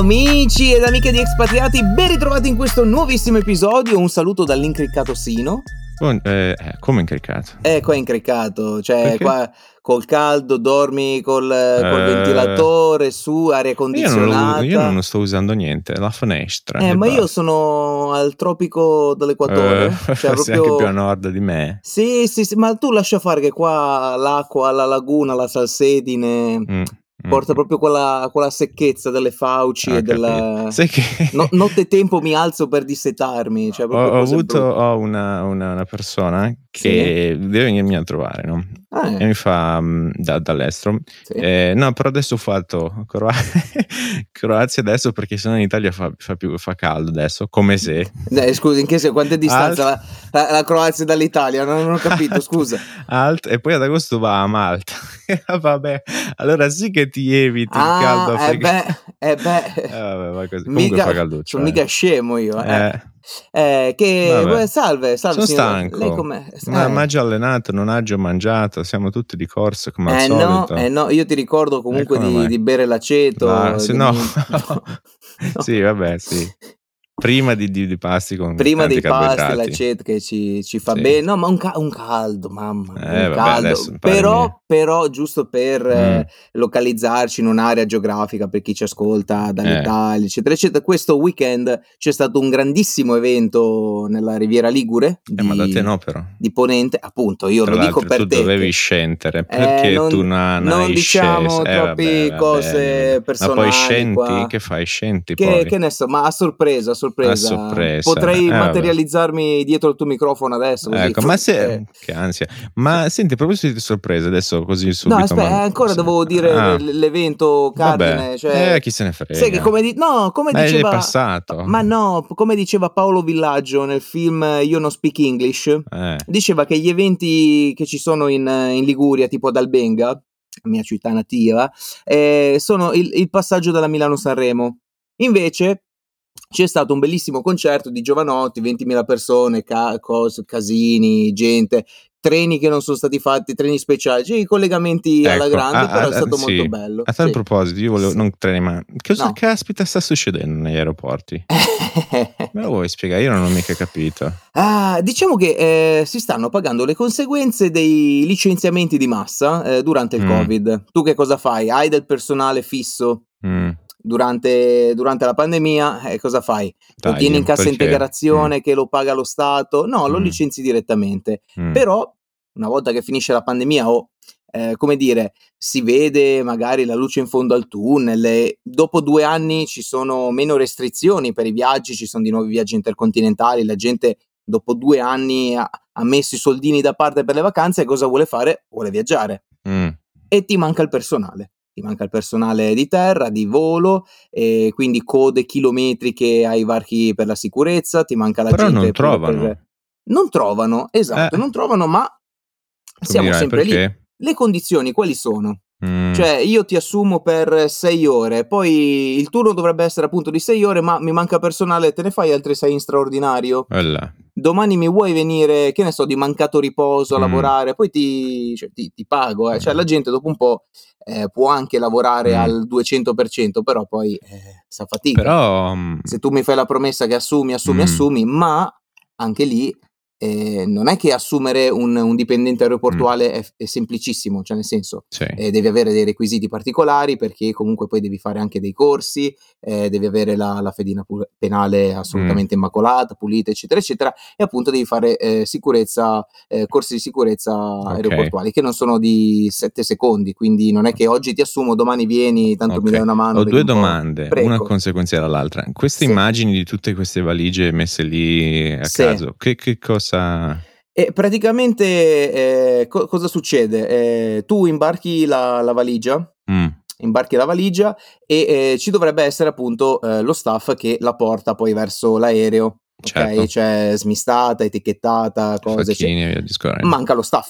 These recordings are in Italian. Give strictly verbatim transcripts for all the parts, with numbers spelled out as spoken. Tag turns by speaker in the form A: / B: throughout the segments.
A: amici ed amiche di Expatriati, ben ritrovati in questo nuovissimo episodio. Un saluto dall'incriccato Sino.
B: Buon, eh, come incaricato?
A: Eh, qua è incaricato, cioè
B: Perché?
A: qua col caldo dormi col, col
B: Eh,
A: ventilatore su, aria
B: Io non, lo,
A: condizionata.
B: io non sto usando niente, la finestra.
A: Eh,
B: e
A: ma io
B: basta.
A: sono al tropico dell'equatore,
B: Eh,
A: cioè
B: sei
A: proprio...
B: anche più a nord di me.
A: Sì, sì, sì, ma tu lascia fare che qua l'acqua, la laguna, la salsedine
B: Mm,
A: porta
B: mm.
A: proprio quella, quella secchezza delle fauci
B: Ho
A: e
B: capito.
A: della...
B: Sai che
A: No, notte tempo mi alzo per dissetarmi, cioè
B: ho,
A: proprio
B: ho
A: cose
B: avuto
A: brutte.
B: ho una, una, una persona
A: Sì?
B: che deve venirmi a trovare, no?
A: Ah,
B: E mi fa mm, da, dall'estero.
A: sì.
B: Eh, no, però adesso ho fatto Cro- Croazia adesso perché sennò in Italia fa, fa, più, fa caldo adesso, come se.
A: Eh, scusi, in che senso? Quanto è distanza
B: Alt-
A: la, la, la Croazia dall'Italia? Non, non ho capito, scusa.
B: Alt- e poi ad agosto va a Malta. Vabbè, allora sì che ti eviti il caldo
A: Ah, eh
B: africano.
A: beh, eh beh,
B: Eh, vabbè, va così. Comunque
A: mica,
B: fa calduccio,
A: sono mica
B: eh.
A: scemo io, eh.
B: Eh,
A: Eh, che,
B: vabbè.
A: beh, salve, salve
B: Sono
A: signor, lei
B: stanco.
A: com'è?
B: Ma, ma
A: Eh.
B: già allenato, non ho già mangiato, siamo tutti di corsa come al
A: Eh no, eh
B: solito.
A: no, io ti ricordo
B: E
A: comunque
B: come
A: di,
B: mai?
A: di bere l'aceto,
B: La- se
A: di
B: no,
A: non... no, no.
B: sì, vabbè, sì. Prima di, di, di pasti con
A: Prima
B: tanti
A: dei pasti,
B: carboidrati.
A: l'aceto che ci, ci fa
B: Sì.
A: bene, no, ma un, ca- un caldo, mamma,
B: Eh,
A: un
B: vabbè, adesso
A: caldo,
B: mi pare
A: però,
B: mie.
A: però giusto per
B: Mm,
A: eh, localizzarci in un'area geografica per chi ci ascolta
B: eh,
A: dall'Italia, eccetera, eccetera. Questo weekend c'è stato un grandissimo evento nella Riviera Ligure
B: eh, ma da te
A: di,
B: no, però.
A: di Ponente, appunto, io
B: Tra
A: lo dico
B: l'altro tu
A: per te
B: dovevi
A: che
B: scendere,
A: eh,
B: perché tu
A: non,
B: non, non
A: non
B: hai sceso?
A: diciamo
B: Eh vabbè,
A: troppe
B: va bene, va
A: cose
B: bene. Ma poi
A: personali
B: scendi?
A: qua.
B: Che fai? Scendi
A: Che,
B: poi?
A: che ne so, ma a sorpresa, a
B: A
A: sorpresa.
B: sorpresa.
A: Potrei
B: Eh vabbè.
A: materializzarmi dietro il tuo microfono adesso, così.
B: Ecco, ma
A: Eh.
B: se... Che ansia. Ma senti, a proposito di sorprese, adesso così
A: No,
B: subito...
A: aspetta,
B: ma-
A: eh, ancora
B: sì.
A: devo dire
B: Ah,
A: l- l'evento
B: vabbè.
A: cardine,
B: Eh,
A: cioè...
B: chi se ne
A: Sai che
B: frega.
A: come, di- no, come
B: Ma è
A: diceva...
B: passato.
A: Ma no, come diceva Paolo Villaggio nel film Io non speak English,
B: Eh,
A: diceva che gli eventi che ci sono in, in Liguria, tipo ad Albenga, mia città nativa, eh, sono il, il passaggio dalla Milano-Sanremo. Invece c'è stato un bellissimo concerto di giovanotti, ventimila persone, ca- cos- casini, gente, treni che non sono stati fatti, treni speciali, cioè i collegamenti alla
B: ecco,
A: grande,
B: a, a-
A: però è
B: a-
A: stato molto
B: sì.
A: bello.
B: A tal
A: Sì.
B: proposito, io volevo...
A: Sì.
B: Non treni, ma... Cosa
A: No.
B: caspita sta succedendo negli aeroporti? Me lo vuoi spiegare? Io non ho mica capito.
A: Ah, diciamo che eh, si stanno pagando le conseguenze dei licenziamenti di massa eh, durante il
B: Mm,
A: Covid. Tu che cosa fai? Hai del personale fisso
B: mm.
A: durante, durante la pandemia? E cosa fai? Lo
B: Dai,
A: tieni in cassa
B: perché?
A: integrazione che lo paga lo Stato? No, lo
B: Mm,
A: licenzi direttamente.
B: mm,
A: Però, una volta che finisce la pandemia o, eh, come dire, si vede magari la luce in fondo al tunnel e dopo due anni ci sono meno restrizioni per i viaggi, ci sono di nuovi viaggi intercontinentali, la gente dopo due anni ha, ha messo i soldini da parte per le vacanze e cosa vuole fare? Vuole viaggiare.
B: mm.
A: E ti manca il personale. Ti manca il personale di terra, di volo, e quindi code chilometriche ai varchi per la sicurezza, ti manca la
B: Però non
A: gente pure
B: trovano.
A: per... Non trovano, esatto,
B: Eh,
A: non trovano, ma
B: tu mi
A: siamo
B: dirai
A: sempre lì.
B: perché?
A: Le condizioni quali sono?
B: Mm,
A: Cioè, io ti assumo per sei ore, poi il turno dovrebbe essere appunto di sei ore, ma mi manca personale, te ne fai altre sei in straordinario?
B: voilà.
A: Domani mi vuoi venire, che ne so, di mancato riposo a
B: Mm,
A: lavorare, poi ti, cioè, ti, ti pago, eh. Cioè la gente dopo un po' eh, può anche lavorare
B: mm.
A: al duecento per cento, però poi eh, sa fatica.
B: Però... mm,
A: Se tu mi fai la promessa che assumi, assumi,
B: mm,
A: assumi, ma anche lì eh, non è che assumere un, un dipendente
B: mm,
A: aeroportuale è, è semplicissimo, cioè nel senso
B: sì.
A: eh, devi avere dei requisiti particolari perché comunque poi devi fare anche dei corsi, eh, devi avere la, la fedina pu- penale
B: Mm,
A: assolutamente immacolata, pulita, eccetera, eccetera, e appunto devi fare eh, sicurezza, eh, corsi di sicurezza
B: ok.
A: aeroportuali che non sono di sette secondi, quindi non è che oggi ti assumo, domani vieni, tanto mi dai
B: Ok,
A: una mano.
B: ho
A: vedi
B: due
A: un po'.
B: domande, una
A: Prego.
B: conseguenziale all'altra. Queste
A: Sì.
B: immagini di tutte queste valigie messe lì a
A: Sì.
B: caso, che, che cosa...
A: E praticamente eh, co- cosa succede? Eh, tu imbarchi la, la valigia,
B: Mm,
A: imbarchi la valigia e eh, ci dovrebbe essere appunto eh, lo staff che la porta poi verso l'aereo, ok?
B: certo.
A: Cioè smistata, etichettata, cose,
B: Facchini
A: eccetera.
B: e via discorrendo.
A: Manca lo staff.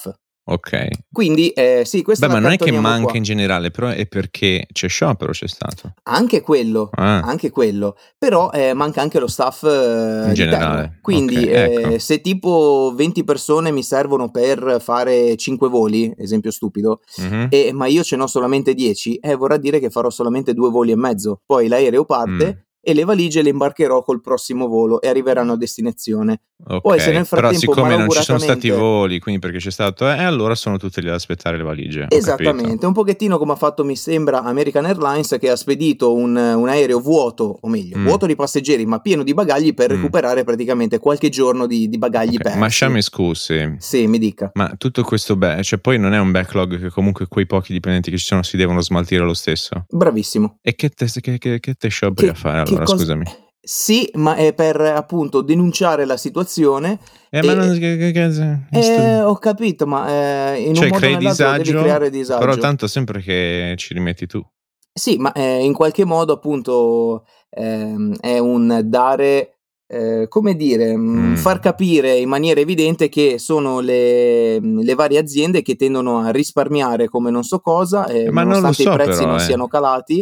B: Okay.
A: Quindi, ehm, sì, questa
B: Beh,
A: la
B: ma non è che
A: accantoniamo
B: manca
A: qua.
B: in generale, però è perché c'è sciopero, c'è stato.
A: Anche quello,
B: Ah.
A: anche quello. Però, ehm, manca anche lo staff
B: In
A: di terra.
B: generale, okay,
A: Quindi,
B: ecco.
A: ehm, se tipo venti persone mi servono per fare cinque voli, esempio stupido,
B: Mh-mh.
A: e ma io ce n'ho solamente dieci, eh, vorrà dire che farò solamente due voli e mezzo. Poi l'aereo
B: Mh.
A: parte e le valigie le imbarcherò col prossimo volo e arriveranno a destinazione. Poi se
B: Okay,
A: nel
B: però
A: frattempo
B: siccome non ci sono stati
A: malauguratamente
B: voli, quindi perché c'è stato eh, allora sono tutti lì ad aspettare le valigie, ho capito.
A: Esattamente, un pochettino come ha fatto, mi sembra, American Airlines, che ha spedito un un aereo vuoto, o meglio,
B: Mh.
A: vuoto di passeggeri, ma pieno di bagagli per
B: Mh.
A: recuperare praticamente qualche giorno di di bagagli
B: Okay, ma
A: persi.
B: sciami scusi,
A: Sì, mi dica.
B: ma tutto questo be cioè poi non è un backlog che comunque quei pochi dipendenti che ci sono si devono smaltire lo stesso?
A: Bravissimo.
B: E che te s che che che te scioperi a
A: Che
B: fare
A: che
B: allora,
A: cos
B: scusami?
A: eh, sì, ma è per appunto denunciare la situazione
B: Eh, ma non
A: e
B: che che che z
A: eh, ho capito, ma, ehm, in un
B: Cioè
A: modo o
B: crei
A: nell'altro devi
B: disagio,
A: creare
B: però
A: disagio.
B: tanto sempre che ci rimetti tu.
A: Sì, ma, ehm, in qualche modo appunto, ehm, è un dare, ehm, come dire, mhmm, far
B: Mh.
A: capire in maniera evidente che sono le mhmm, le varie aziende che tendono a risparmiare come non so cosa,
B: Eh,
A: ehm,
B: ma non lo
A: nonostante i
B: so
A: prezzi non
B: però, eh.
A: siano calati,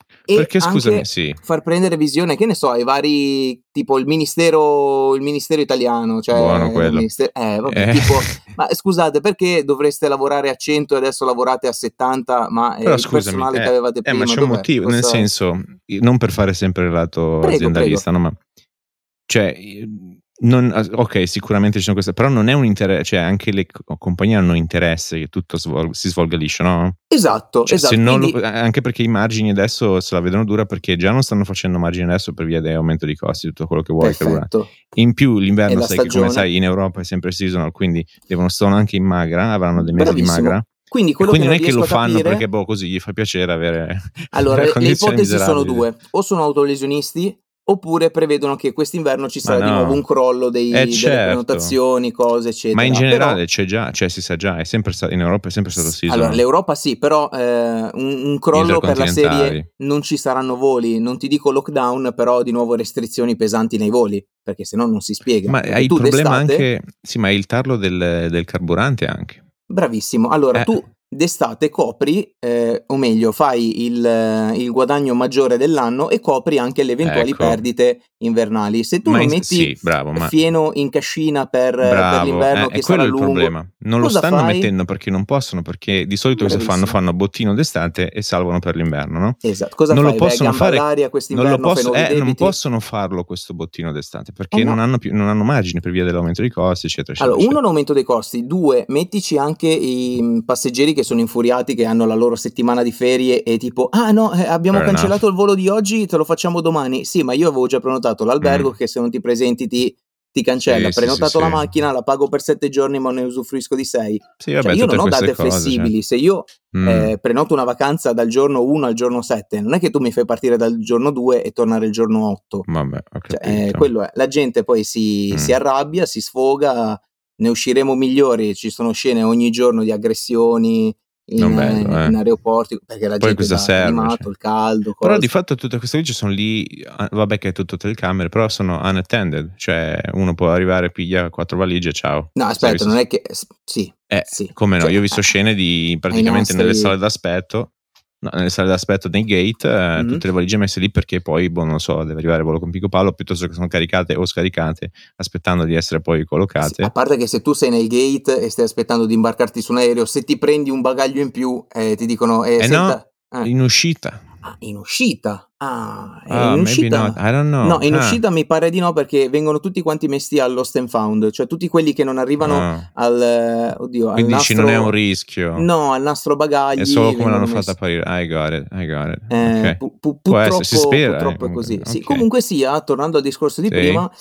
A: e
B: Perché scusami
A: anche
B: sì.
A: far prendere visione, che ne so, ai vari tipo il ministero il ministero italiano,
B: Buono
A: cioè
B: quello.
A: ministe eh, vabbè,
B: Eh.
A: tipo: "Ma scusate, perché dovreste lavorare a cento e adesso lavorate a settanta? Ma,
B: Però
A: ehm, il
B: scusami,
A: personale che
B: eh,
A: avevate
B: eh, ma
A: prima
B: c'è un
A: dov'è?
B: motivo, nel
A: Cosa".
B: senso, i non per fare sempre il lato
A: Prego, prego.
B: aziendalista, no, ma cioè, i mhmm, non as okay, sicuramente ci sono queste però non è un intere cioè anche le c compagnie hanno interesse che tutto svol si svolga liscio, no,
A: Esatto,
B: cioè se
A: esat
B: non lo
A: quindi
B: a anche perché i margini adesso se la vedono dura, perché già non stanno facendo margini adesso per via dell'aumento dei costi, tutto quello che vuoi, carburante.
A: perfetto.
B: In più
A: È
B: l'inverno
A: la
B: sai che, come
A: stagione.
B: sai, in Europa è sempre seasonal, quindi devono sono anche in magra, avranno dei mesi di magra,
A: Bravissimo. Quindi
B: e
A: quello che
B: quindi non
A: non
B: è che lo
A: riesco a
B: fanno perché,
A: capire
B: boh, così gli fa piacere avere
A: allora,
B: delle
A: le le
B: condizioni
A: ipotesi sono
B: miserabili.
A: due: o sono autolesionisti, oppure prevedono che quest'inverno ci
B: Ma
A: sarà di nuovo un
B: no.
A: crollo
B: Eh
A: dei delle
B: certo.
A: prenotazioni, cose,
B: Ma in
A: eccetera. Però
B: generale c'è già, cioè si sa già, è sempre sta in Europa è sempre stato
A: S allora
B: seasonal.
A: l'Europa sì, però, ehm, un un crollo per la
B: Intercontinentali.
A: serie: non ci saranno voli, non ti dico lockdown, però di nuovo restrizioni pesanti nei voli, perché se no non si spiega.
B: Ma
A: Perché
B: hai il
A: tu
B: problema
A: d'estate
B: anche sì, ma hai il tarlo del del carburante anche.
A: Bravissimo. Allora
B: Eh.
A: tu d'estate copri, ehm, o meglio fai il il guadagno maggiore dell'anno e copri anche le eventuali
B: Ecco.
A: perdite invernali. Se tu
B: Ma
A: non
B: in s
A: metti
B: sì, bravo, ma
A: fieno in cascina per per
B: bravo, eh,
A: l'inverno
B: è
A: che sarà
B: quello il
A: lungo,
B: problema. Non lo
A: cosa
B: stanno
A: fai?
B: mettendo perché non possono, perché di solito cosa fanno?
A: Bravissimo.
B: Fanno bottino d'estate e salvano per l'inverno, no,
A: Esat cosa
B: non lo
A: fai? Vai a
B: possono
A: gamba
B: fare
A: all'aria
B: non lo
A: quest'inverno, fai
B: posso
A: nuovi
B: eh, non
A: debiti?
B: possono farlo questo bottino d'estate,
A: Eh
B: perché non
A: no.
B: hanno più non hanno margine per via dell'aumento dei costi, eccetera, eccetera,
A: Allo uno
B: ecce
A: l'aumento dei costi, due mettici anche i, mhmm, passeggeri che sono infuriati, che hanno la loro settimana di ferie e tipo: "Ah no, eh, abbiamo
B: Fair
A: cancellato
B: enough.
A: il volo di oggi, te lo facciamo domani". Sì, ma io avevo già prenotato l'albergo
B: Mh.
A: che se non ti presenti ti ti cancella.
B: Sì, sì, sì,
A: Prenotato la
B: sì.
A: macchina, la pago per sette giorni ma ne usufruisco di sei.
B: Sì,
A: Cioè
B: vabbè,
A: io
B: tutte
A: non ho
B: queste
A: date
B: cose, cer
A: flessibili. Se io,
B: mh.
A: ehm, prenoto una vacanza dal giorno uno al giorno sette, non è che tu mi fai partire dal giorno due e tornare il giorno otto.
B: Vabbè, ho
A: Cioè, ehm,
B: capito.
A: quello è. La gente poi si si
B: Mh.
A: arrabbia, si sfoga, ne usciremo migliori. Ci sono scene ogni giorno di aggressioni in
B: Non bello,
A: in
B: eh.
A: aeroporti, perché la
B: Poi
A: gente
B: cosa
A: va di
B: serve, cioè.
A: matto, il caldo,
B: Però di
A: cose.
B: fatto tutte queste leggi son lì a vabbè che è tutto telecamere, però sono unattended, cioè uno può arrivare, piglia quattro valigie e ciao.
A: No, aspetta,
B: Service
A: non
B: s
A: è che s sì,
B: Eh,
A: sì,
B: come no,
A: cioè
B: io ho
A: a
B: visto scene di
A: ai
B: praticamente nelle
A: nastri
B: sale d'aspetto no, nelle sale d'aspetto nei gate,
A: mh-mh.
B: tutte le valigie messe lì perché poi, boh, non lo so, deve arrivare il volo con picco pallo, piuttosto che sono caricate o scaricate, aspettando di essere poi
A: Sì, a
B: collocate.
A: parte che se tu sei nel gate e stai aspettando di imbarcarti su un aereo, se ti prendi un bagaglio in più, ehm, ti dicono: "Eh,
B: Eh no,
A: senta". eh.
B: in uscita.
A: Ah, in uscita. Ah, e
B: Ah,
A: in
B: maybe not,
A: uscita
B: I don't
A: no,
B: know.
A: in
B: Ah,
A: uscita mi pare di no, perché vengono tutti quanti messi al lost and found, cioè tutti quelli che non arrivano
B: ah.
A: al oddio, al
B: Quindi dici non è un
A: nastro
B: rischio.
A: no, al nastro
B: È solo
A: bagagli
B: come
A: vengono
B: l'hanno fatta
A: messi.
B: apparire. I got it, I got it.
A: Ehm,
B: Okay.
A: pu pu
B: Può essere, si
A: purtroppo
B: spera, eh,
A: purtroppo è
B: comunque.
A: così. Sì,
B: Okay.
A: comunque sia, tornando al discorso di
B: Sì.
A: prima,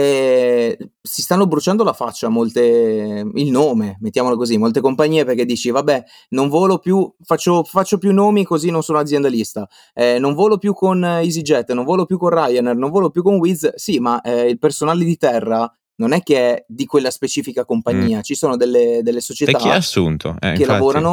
A: ehm, si stanno bruciando la faccia molte il nome, mettiamolo così, molte compagnie, perché dici: "Vabbè, non volo più", faccio faccio più nomi così non sono aziendalista. Ehm, "Non volo più con EasyJet, non volo più con Ryanair, non volo più con Wizz". Sì, ma, ehm, il personale di terra non è che è di quella specifica
B: Mh.
A: compagnia, ci sono delle delle
B: E chi ha
A: società
B: assunto? Eh,
A: che
B: infatti.
A: lavorano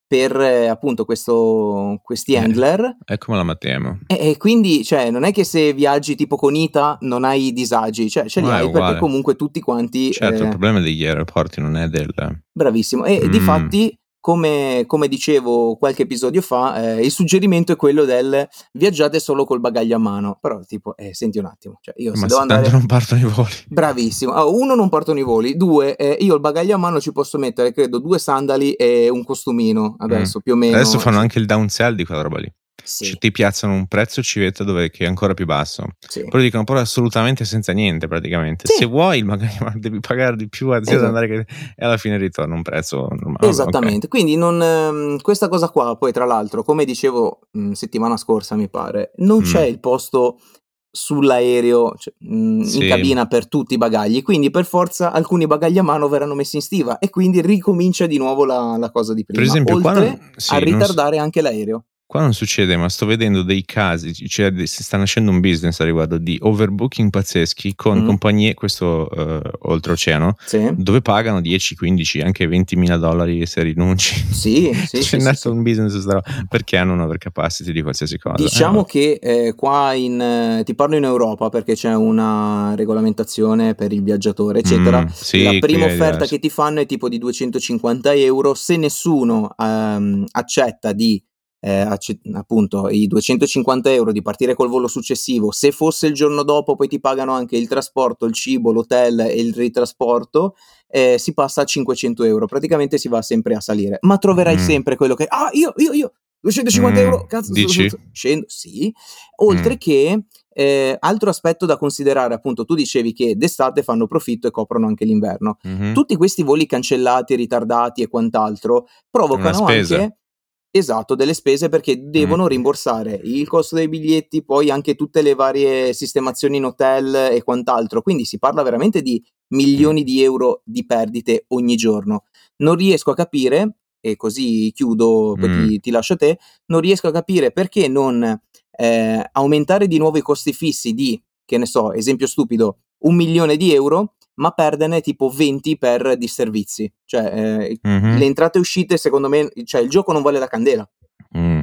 A: per eh, appunto questo, questi
B: Eh,
A: handler.
B: è come la mettiamo.
A: E, e quindi, cioè, non è che se viaggi tipo con I T A non hai disagi, cioè ce li
B: Ma è
A: hai perché
B: uguale.
A: comunque tutti quanti.
B: Certo, il
A: eh,
B: problema degli aeroporti non è del...
A: Bravissimo. E
B: Mm.
A: difatti, come, come dicevo qualche episodio fa, eh, il suggerimento è quello del viaggiate solo col bagaglio a mano. Però, tipo, eh, senti un attimo, cioè io se
B: Ma
A: devo
B: se tanto
A: andare.
B: non partono i voli.
A: Bravissimo. Ah, uno, non partono i voli. Due, eh, io il bagaglio a mano ci posso mettere, credo, due sandali e un costumino, adesso,
B: Mm.
A: più o meno.
B: Adesso fanno
A: Sì.
B: anche il downsell di quella roba lì.
A: Sì.
B: Cioè, ti piazzano un prezzo civetta dove che è ancora più basso.
A: Sì.
B: Poi dicono però assolutamente senza niente praticamente.
A: Sì.
B: Se vuoi il bagaglio a mano devi pagare di più sia
A: Esatto.
B: ad andare che e alla fine ritorna un prezzo normale. Vabbè,
A: Esattamente,
B: ok.
A: quindi non, ehm, questa cosa qua, poi tra l'altro, come dicevo mh, settimana scorsa mi pare, non
B: Mm.
A: c'è il posto sull'aereo, cioè, mh, in
B: Sì.
A: cabina per tutti i bagagli, quindi per forza alcuni bagagli a mano verranno messi in stiva e quindi ricomincia di nuovo la, la cosa di prima,
B: Per esempio, qua
A: oltre
B: non, sì,
A: a
B: non s-
A: ritardare anche l'aereo.
B: qua non succede, ma sto vedendo dei casi, cioè de- si sta nascendo un business a riguardo di overbooking pazzeschi con
A: Mm.
B: compagnie, questo eh, oltreoceano,
A: Sì,
B: dove pagano dieci, quindici, anche ventimila dollari se rinunci.
A: sì, sì,
B: C'è
A: sì, sì,
B: nato
A: sì.
B: un business su sta roba, perché hanno un overcapacity di qualsiasi cosa.
A: Diciamo
B: Eh,
A: che eh, qua in, eh, ti parlo in Europa perché c'è una regolamentazione per il viaggiatore, eccetera.
B: mm, sì,
A: La
B: qui
A: prima
B: è
A: offerta
B: diverso.
A: che ti fanno è tipo di duecentocinquanta euro. Se nessuno ehm, accetta di eh, acce- appunto i duecentocinquanta euro di partire col volo successivo, se fosse il giorno dopo poi ti pagano anche il trasporto, il cibo, l'hotel e il ritrasporto, eh, si passa a cinquecento euro. Praticamente si va sempre a salire, ma troverai
B: Mm.
A: sempre quello che ah io io io duecentocinquanta
B: Mm,
A: euro, cazzo,
B: dici?
A: scendo, sì. Oltre
B: Mm.
A: che, eh, altro aspetto da considerare, appunto, tu dicevi che d'estate fanno profitto e coprono anche l'inverno.
B: Mhm.
A: Tutti questi voli cancellati, ritardati e quant'altro
B: Una
A: provocano
B: spesa.
A: anche, esatto, delle spese perché devono
B: Mm.
A: rimborsare il costo dei biglietti, poi anche tutte le varie sistemazioni in hotel e quant'altro. Quindi si parla veramente di milioni
B: Mm.
A: di euro di perdite ogni giorno. Non riesco a capire, e così chiudo, poi
B: Mm.
A: ti, ti lascio a te, non riesco a capire perché non eh, aumentare di nuovo i costi fissi di, che ne so, esempio stupido, un milione di euro, ma perderne tipo venti per disservizi. Cioè, eh,
B: Mhm.
A: le entrate e uscite, secondo me, cioè il gioco non vale la candela.
B: Mm.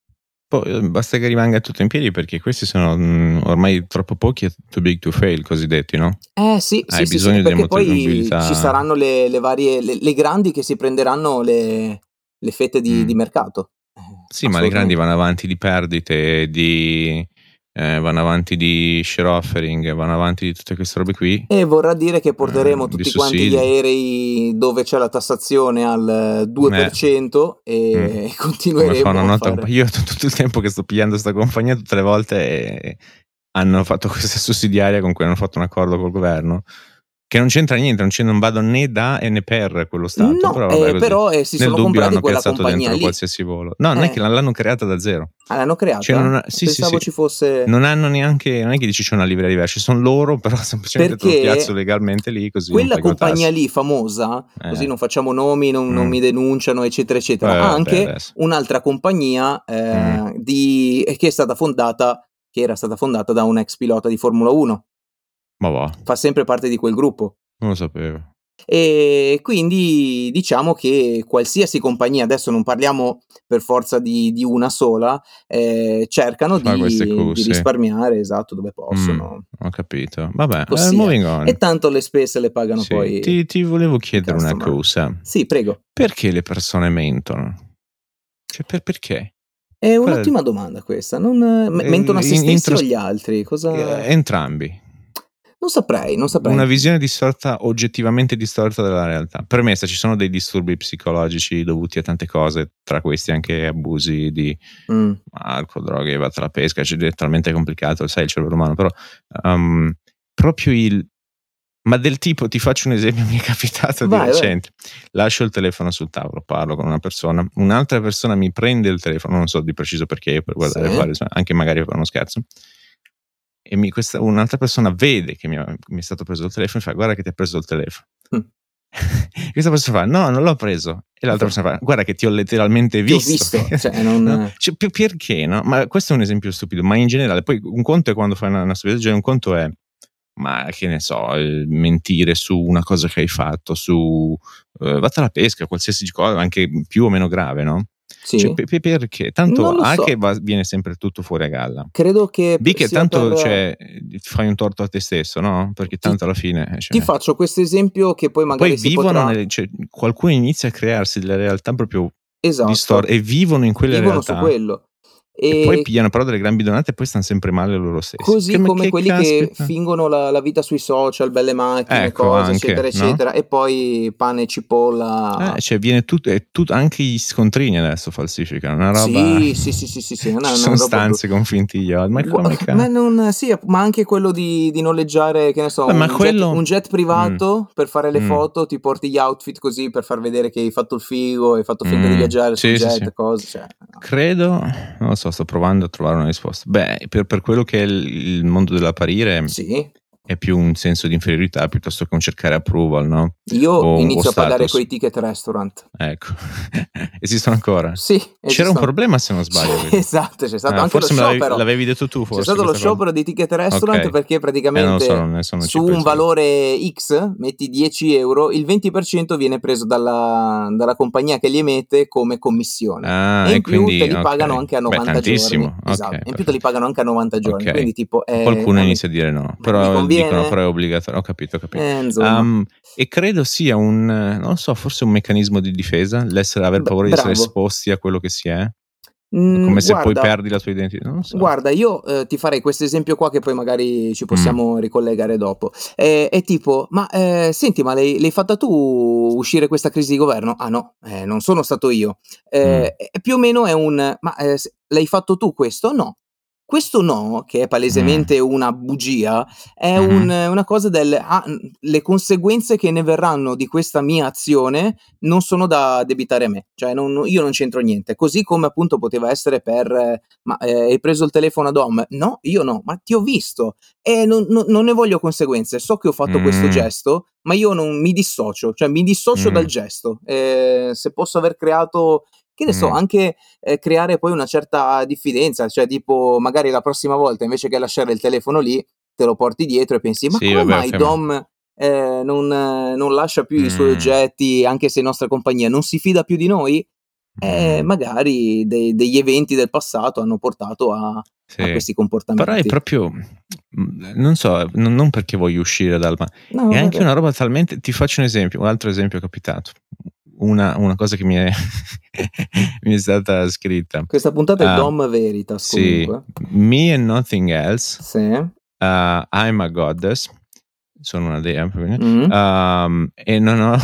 B: Poi eh, basta che rimanga tutto in piedi perché questi sono mm, ormai troppo pochi e too big to fail, cosiddetti, no?
A: Eh sì,
B: Hai
A: sì, sì,
B: bisogno
A: sì,
B: di
A: perché poi
B: mobilità.
A: ci saranno le, le varie, le, le grandi che si prenderanno le, le fette di,
B: Mm.
A: di mercato. Eh,
B: Sì, ma le grandi
A: assolutamente.
B: vanno avanti di perdite, di, eh, vanno avanti di share offering, vanno avanti di tutte queste robe qui,
A: E vorrà dire che
B: eh,
A: porteremo
B: di
A: tutti quanti gli
B: sussidi.
A: aerei dove c'è la tassazione al due per cento
B: Mm.
A: e
B: Come fa
A: continueremo
B: una
A: a
B: nota?
A: fare.
B: Io tutto il tempo che sto pigliando sta compagnia, tutte le volte eh, hanno fatto questa sussidiaria con cui hanno fatto un accordo col governo. Che non c'entra niente, non, c'è, non vado né da e né per quello stato.
A: No,
B: Però vabbè,
A: eh,
B: così.
A: però eh, si
B: Nel
A: sono
B: dubbio
A: comprati
B: hanno
A: quella
B: piazzato
A: compagnia
B: dentro
A: lì.
B: qualsiasi volo. No, non è che
A: Eh,
B: l'hanno creata da zero.
A: ah, l'hanno
B: Cioè, non
A: creata?
B: ha- sì, sì,
A: Pensavo
B: sì.
A: ci fosse.
B: Non hanno neanche. Non è che dici c'è una livrea diversa, sono loro, però semplicemente te lo piazzo
A: Perché
B: legalmente lì, così non
A: quella
B: pago le
A: compagnia
B: tasse.
A: lì famosa, così
B: Eh.
A: non facciamo nomi, non, non
B: Mm.
A: mi denunciano, eccetera, eccetera,
B: Poi
A: ha
B: vabbè,
A: anche
B: adesso.
A: un'altra compagnia eh,
B: Mm.
A: di, che è stata fondata, che era stata fondata da un ex pilota di Formula uno.
B: Ma va,
A: Fa sempre parte di quel gruppo.
B: non lo sapevo.
A: E quindi diciamo che qualsiasi compagnia, adesso non parliamo per forza di, di una sola, eh, cercano
B: Fa queste
A: di, di
B: cose.
A: risparmiare, esatto, dove
B: Mm,
A: possono.
B: ho capito. Vabbè, eh,
A: Così è.
B: moving on.
A: E tanto le spese le pagano
B: Sì,
A: poi
B: ti, ti volevo
A: i
B: chiedere una
A: customer.
B: cosa.
A: Sì, prego.
B: Perché le persone mentono? Cioè, per, perché?
A: È
B: Qual è il-
A: un'ottima domanda questa. Non, me-
B: eh,
A: mentono a se
B: in-
A: stessi o
B: intros-
A: agli altri? Cosa.
B: eh, entrambi.
A: Non saprei, non saprei.
B: Una visione distorta, oggettivamente distorta della realtà. Premessa, ci sono dei disturbi psicologici dovuti a tante cose, tra questi anche abusi di
A: Mm.
B: alcol, droghe, vatta la pesca, cioè è talmente complicato, sai, il cervello umano, però um, proprio il... Ma del tipo, ti faccio un esempio, mi è capitato
A: Vai,
B: di
A: vai.
B: recente, lascio il telefono sul tavolo, parlo con una persona, un'altra persona mi prende il telefono, non so di preciso perché, per guardare
A: Sì.
B: fuori, anche magari per uno scherzo, e mi, questa, un'altra persona vede che mi, mi è stato preso il telefono e fa guarda che ti ha preso il telefono.
A: Mm.
B: Questa persona fa no, non l'ho preso, e l'altra persona fa guarda che ti ho letteralmente
A: Ti ho
B: visto,
A: visto, cioè, non.
B: no? Cioè, per- perché no? Ma questo è un esempio stupido, ma in generale poi un conto è quando fai una, una stupidità del genere, un conto è ma che ne so, eh, mentire su una cosa che hai fatto, su eh, vatta la pesca, qualsiasi cosa, anche più o meno grave, no?
A: Sì.
B: Cioè, pe- pe- perché? Tanto
A: Non lo
B: A
A: so.
B: che va- viene sempre tutto fuori a galla.
A: Credo che
B: B che
A: sia
B: tanto
A: per-
B: cioè, fai un torto a te stesso, no? Perché
A: Ti-
B: tanto alla fine... cioè,
A: Ti faccio questo esempio che poi magari
B: poi
A: si
B: vivono,
A: potrà...
B: nelle- cioè, qualcuno inizia a crearsi delle realtà proprio
A: Esatto.
B: distor- e vivono in quelle
A: Vivono
B: realtà.
A: su quello.
B: E poi
A: E
B: pigliano però delle gran bidonate e poi stanno sempre male loro stessi.
A: così
B: Che, ma
A: come
B: che
A: quelli
B: caspita?
A: che fingono la, la vita sui social, belle macchine,
B: Ecco,
A: cose,
B: anche,
A: eccetera,
B: no?
A: eccetera, e poi pane e cipolla.
B: Eh, cioè viene tutto, è tut- anche gli scontrini adesso falsificano, una roba...
A: Sì, sì, sì, sì, sì, sì, una-
B: Ci
A: una
B: sono
A: roba
B: stanze con finti yacht, ma
A: Gua-
B: come
A: ma,
B: cazzo?
A: non, sì, ma anche quello di, di noleggiare, che ne so,
B: Beh, ma
A: un,
B: quello-
A: jet, un jet privato per fare le
B: Mm.
A: foto, ti porti gli outfit così per far vedere che hai fatto il figo, hai fatto finta di
B: Mm.
A: viaggiare sul
B: Sì, sì,
A: jet,
B: sì.
A: cose. Cioè, no.
B: Credo, non lo so, sto provando a trovare una risposta. Beh, per, per quello che è il, il mondo dell'apparire
A: Sì,
B: è più un senso di inferiorità piuttosto che un cercare approval, no?
A: io
B: O-
A: inizio
B: o
A: a pagare
B: status.
A: coi ticket restaurant.
B: Ecco. Esistono ancora?
A: Sì,
B: C'era un
A: esistono.
B: problema se non sbaglio.
A: Sì,
B: vedi.
A: esatto, c'è stato
B: Ah,
A: anche
B: forse
A: lo
B: me l'avevi,
A: sciopero.
B: l'avevi detto tu, forse.
A: C'è stato lo
B: questa cosa.
A: sciopero di ticket restaurant
B: Ok.
A: perché praticamente
B: Eh, non lo so, non ne sono
A: su un valore X metti dieci euro, il venti per cento viene preso dalla, dalla compagnia che li emette come commissione.
B: Ah,
A: e in
B: e
A: più
B: quindi,
A: te li
B: ok.
A: pagano anche a
B: Beh,
A: novanta
B: tantissimo.
A: giorni.
B: Ok,
A: Esatto. E in più te
B: perfetto.
A: li pagano anche a novanta giorni.
B: Ok.
A: Quindi tipo... eh,
B: Qualcuno
A: a me-
B: inizia a dire no,
A: ma mi
B: però
A: conviene?
B: dicono però è obbligatorio. Ho capito, ho capito.
A: Eh, insomma.
B: Um, e credo sia un, non lo so, forse un meccanismo di difesa, l'essere, aver
A: Beh,
B: paura di essere
A: bravo.
B: esposti a quello che si è,
A: Mm,
B: come se poi
A: guarda,
B: perdi la tua identità, non lo so.
A: Guarda, io eh, ti farei questo esempio qua che poi magari ci
B: Mm.
A: possiamo ricollegare dopo. Eh, è tipo, ma eh, senti, ma l'hai, l'hai fatta tu uscire questa crisi di governo? Ah no, eh, non sono stato io. Eh, e più o meno è un, ma eh, se- l'hai fatto tu questo? No. Questo no, che è palesemente una bugia, è
B: Mhm.
A: un- una cosa del, ah, n- le conseguenze che ne verranno di questa mia azione non sono da addebitare a me, cioè non- io non c'entro niente, così come appunto poteva essere per, eh, ma eh, hai preso il telefono a Dom? No, io no, ma ti ho visto e non, non- non ne voglio conseguenze, so che ho fatto questo
B: Mm.
A: gesto, ma io non mi dissocio, cioè mi dissocio
B: Mm.
A: dal gesto. Eh, se posso aver creato, che ne so,
B: Mm.
A: anche eh, creare poi una certa diffidenza, cioè tipo magari la prossima volta invece che lasciare il telefono lì, te lo porti dietro e pensi, ma
B: Sì,
A: come
B: vabbè,
A: mai
B: ok, ma-
A: Dom eh, non, eh, non lascia più i suoi
B: Mm.
A: oggetti anche se è nostra compagnia, non si fida più di noi? Eh,
B: Mm.
A: magari dei- degli eventi del passato hanno portato a,
B: Sì.
A: a questi comportamenti.
B: Però è proprio, mm, non so, non, non perché voglio uscire dal... ma
A: No,
B: è anche
A: vabbè.
B: una roba talmente... Ti faccio un esempio, un altro esempio capitato. Una, una cosa che mi è, mi è stata scritta.
A: Questa puntata è
B: Ah,
A: Dom Veritas
B: Sì,
A: comunque.
B: me and nothing else,
A: Sì.
B: uh, I'm a goddess, sono una dea,
A: Mhm.
B: um, e non ho...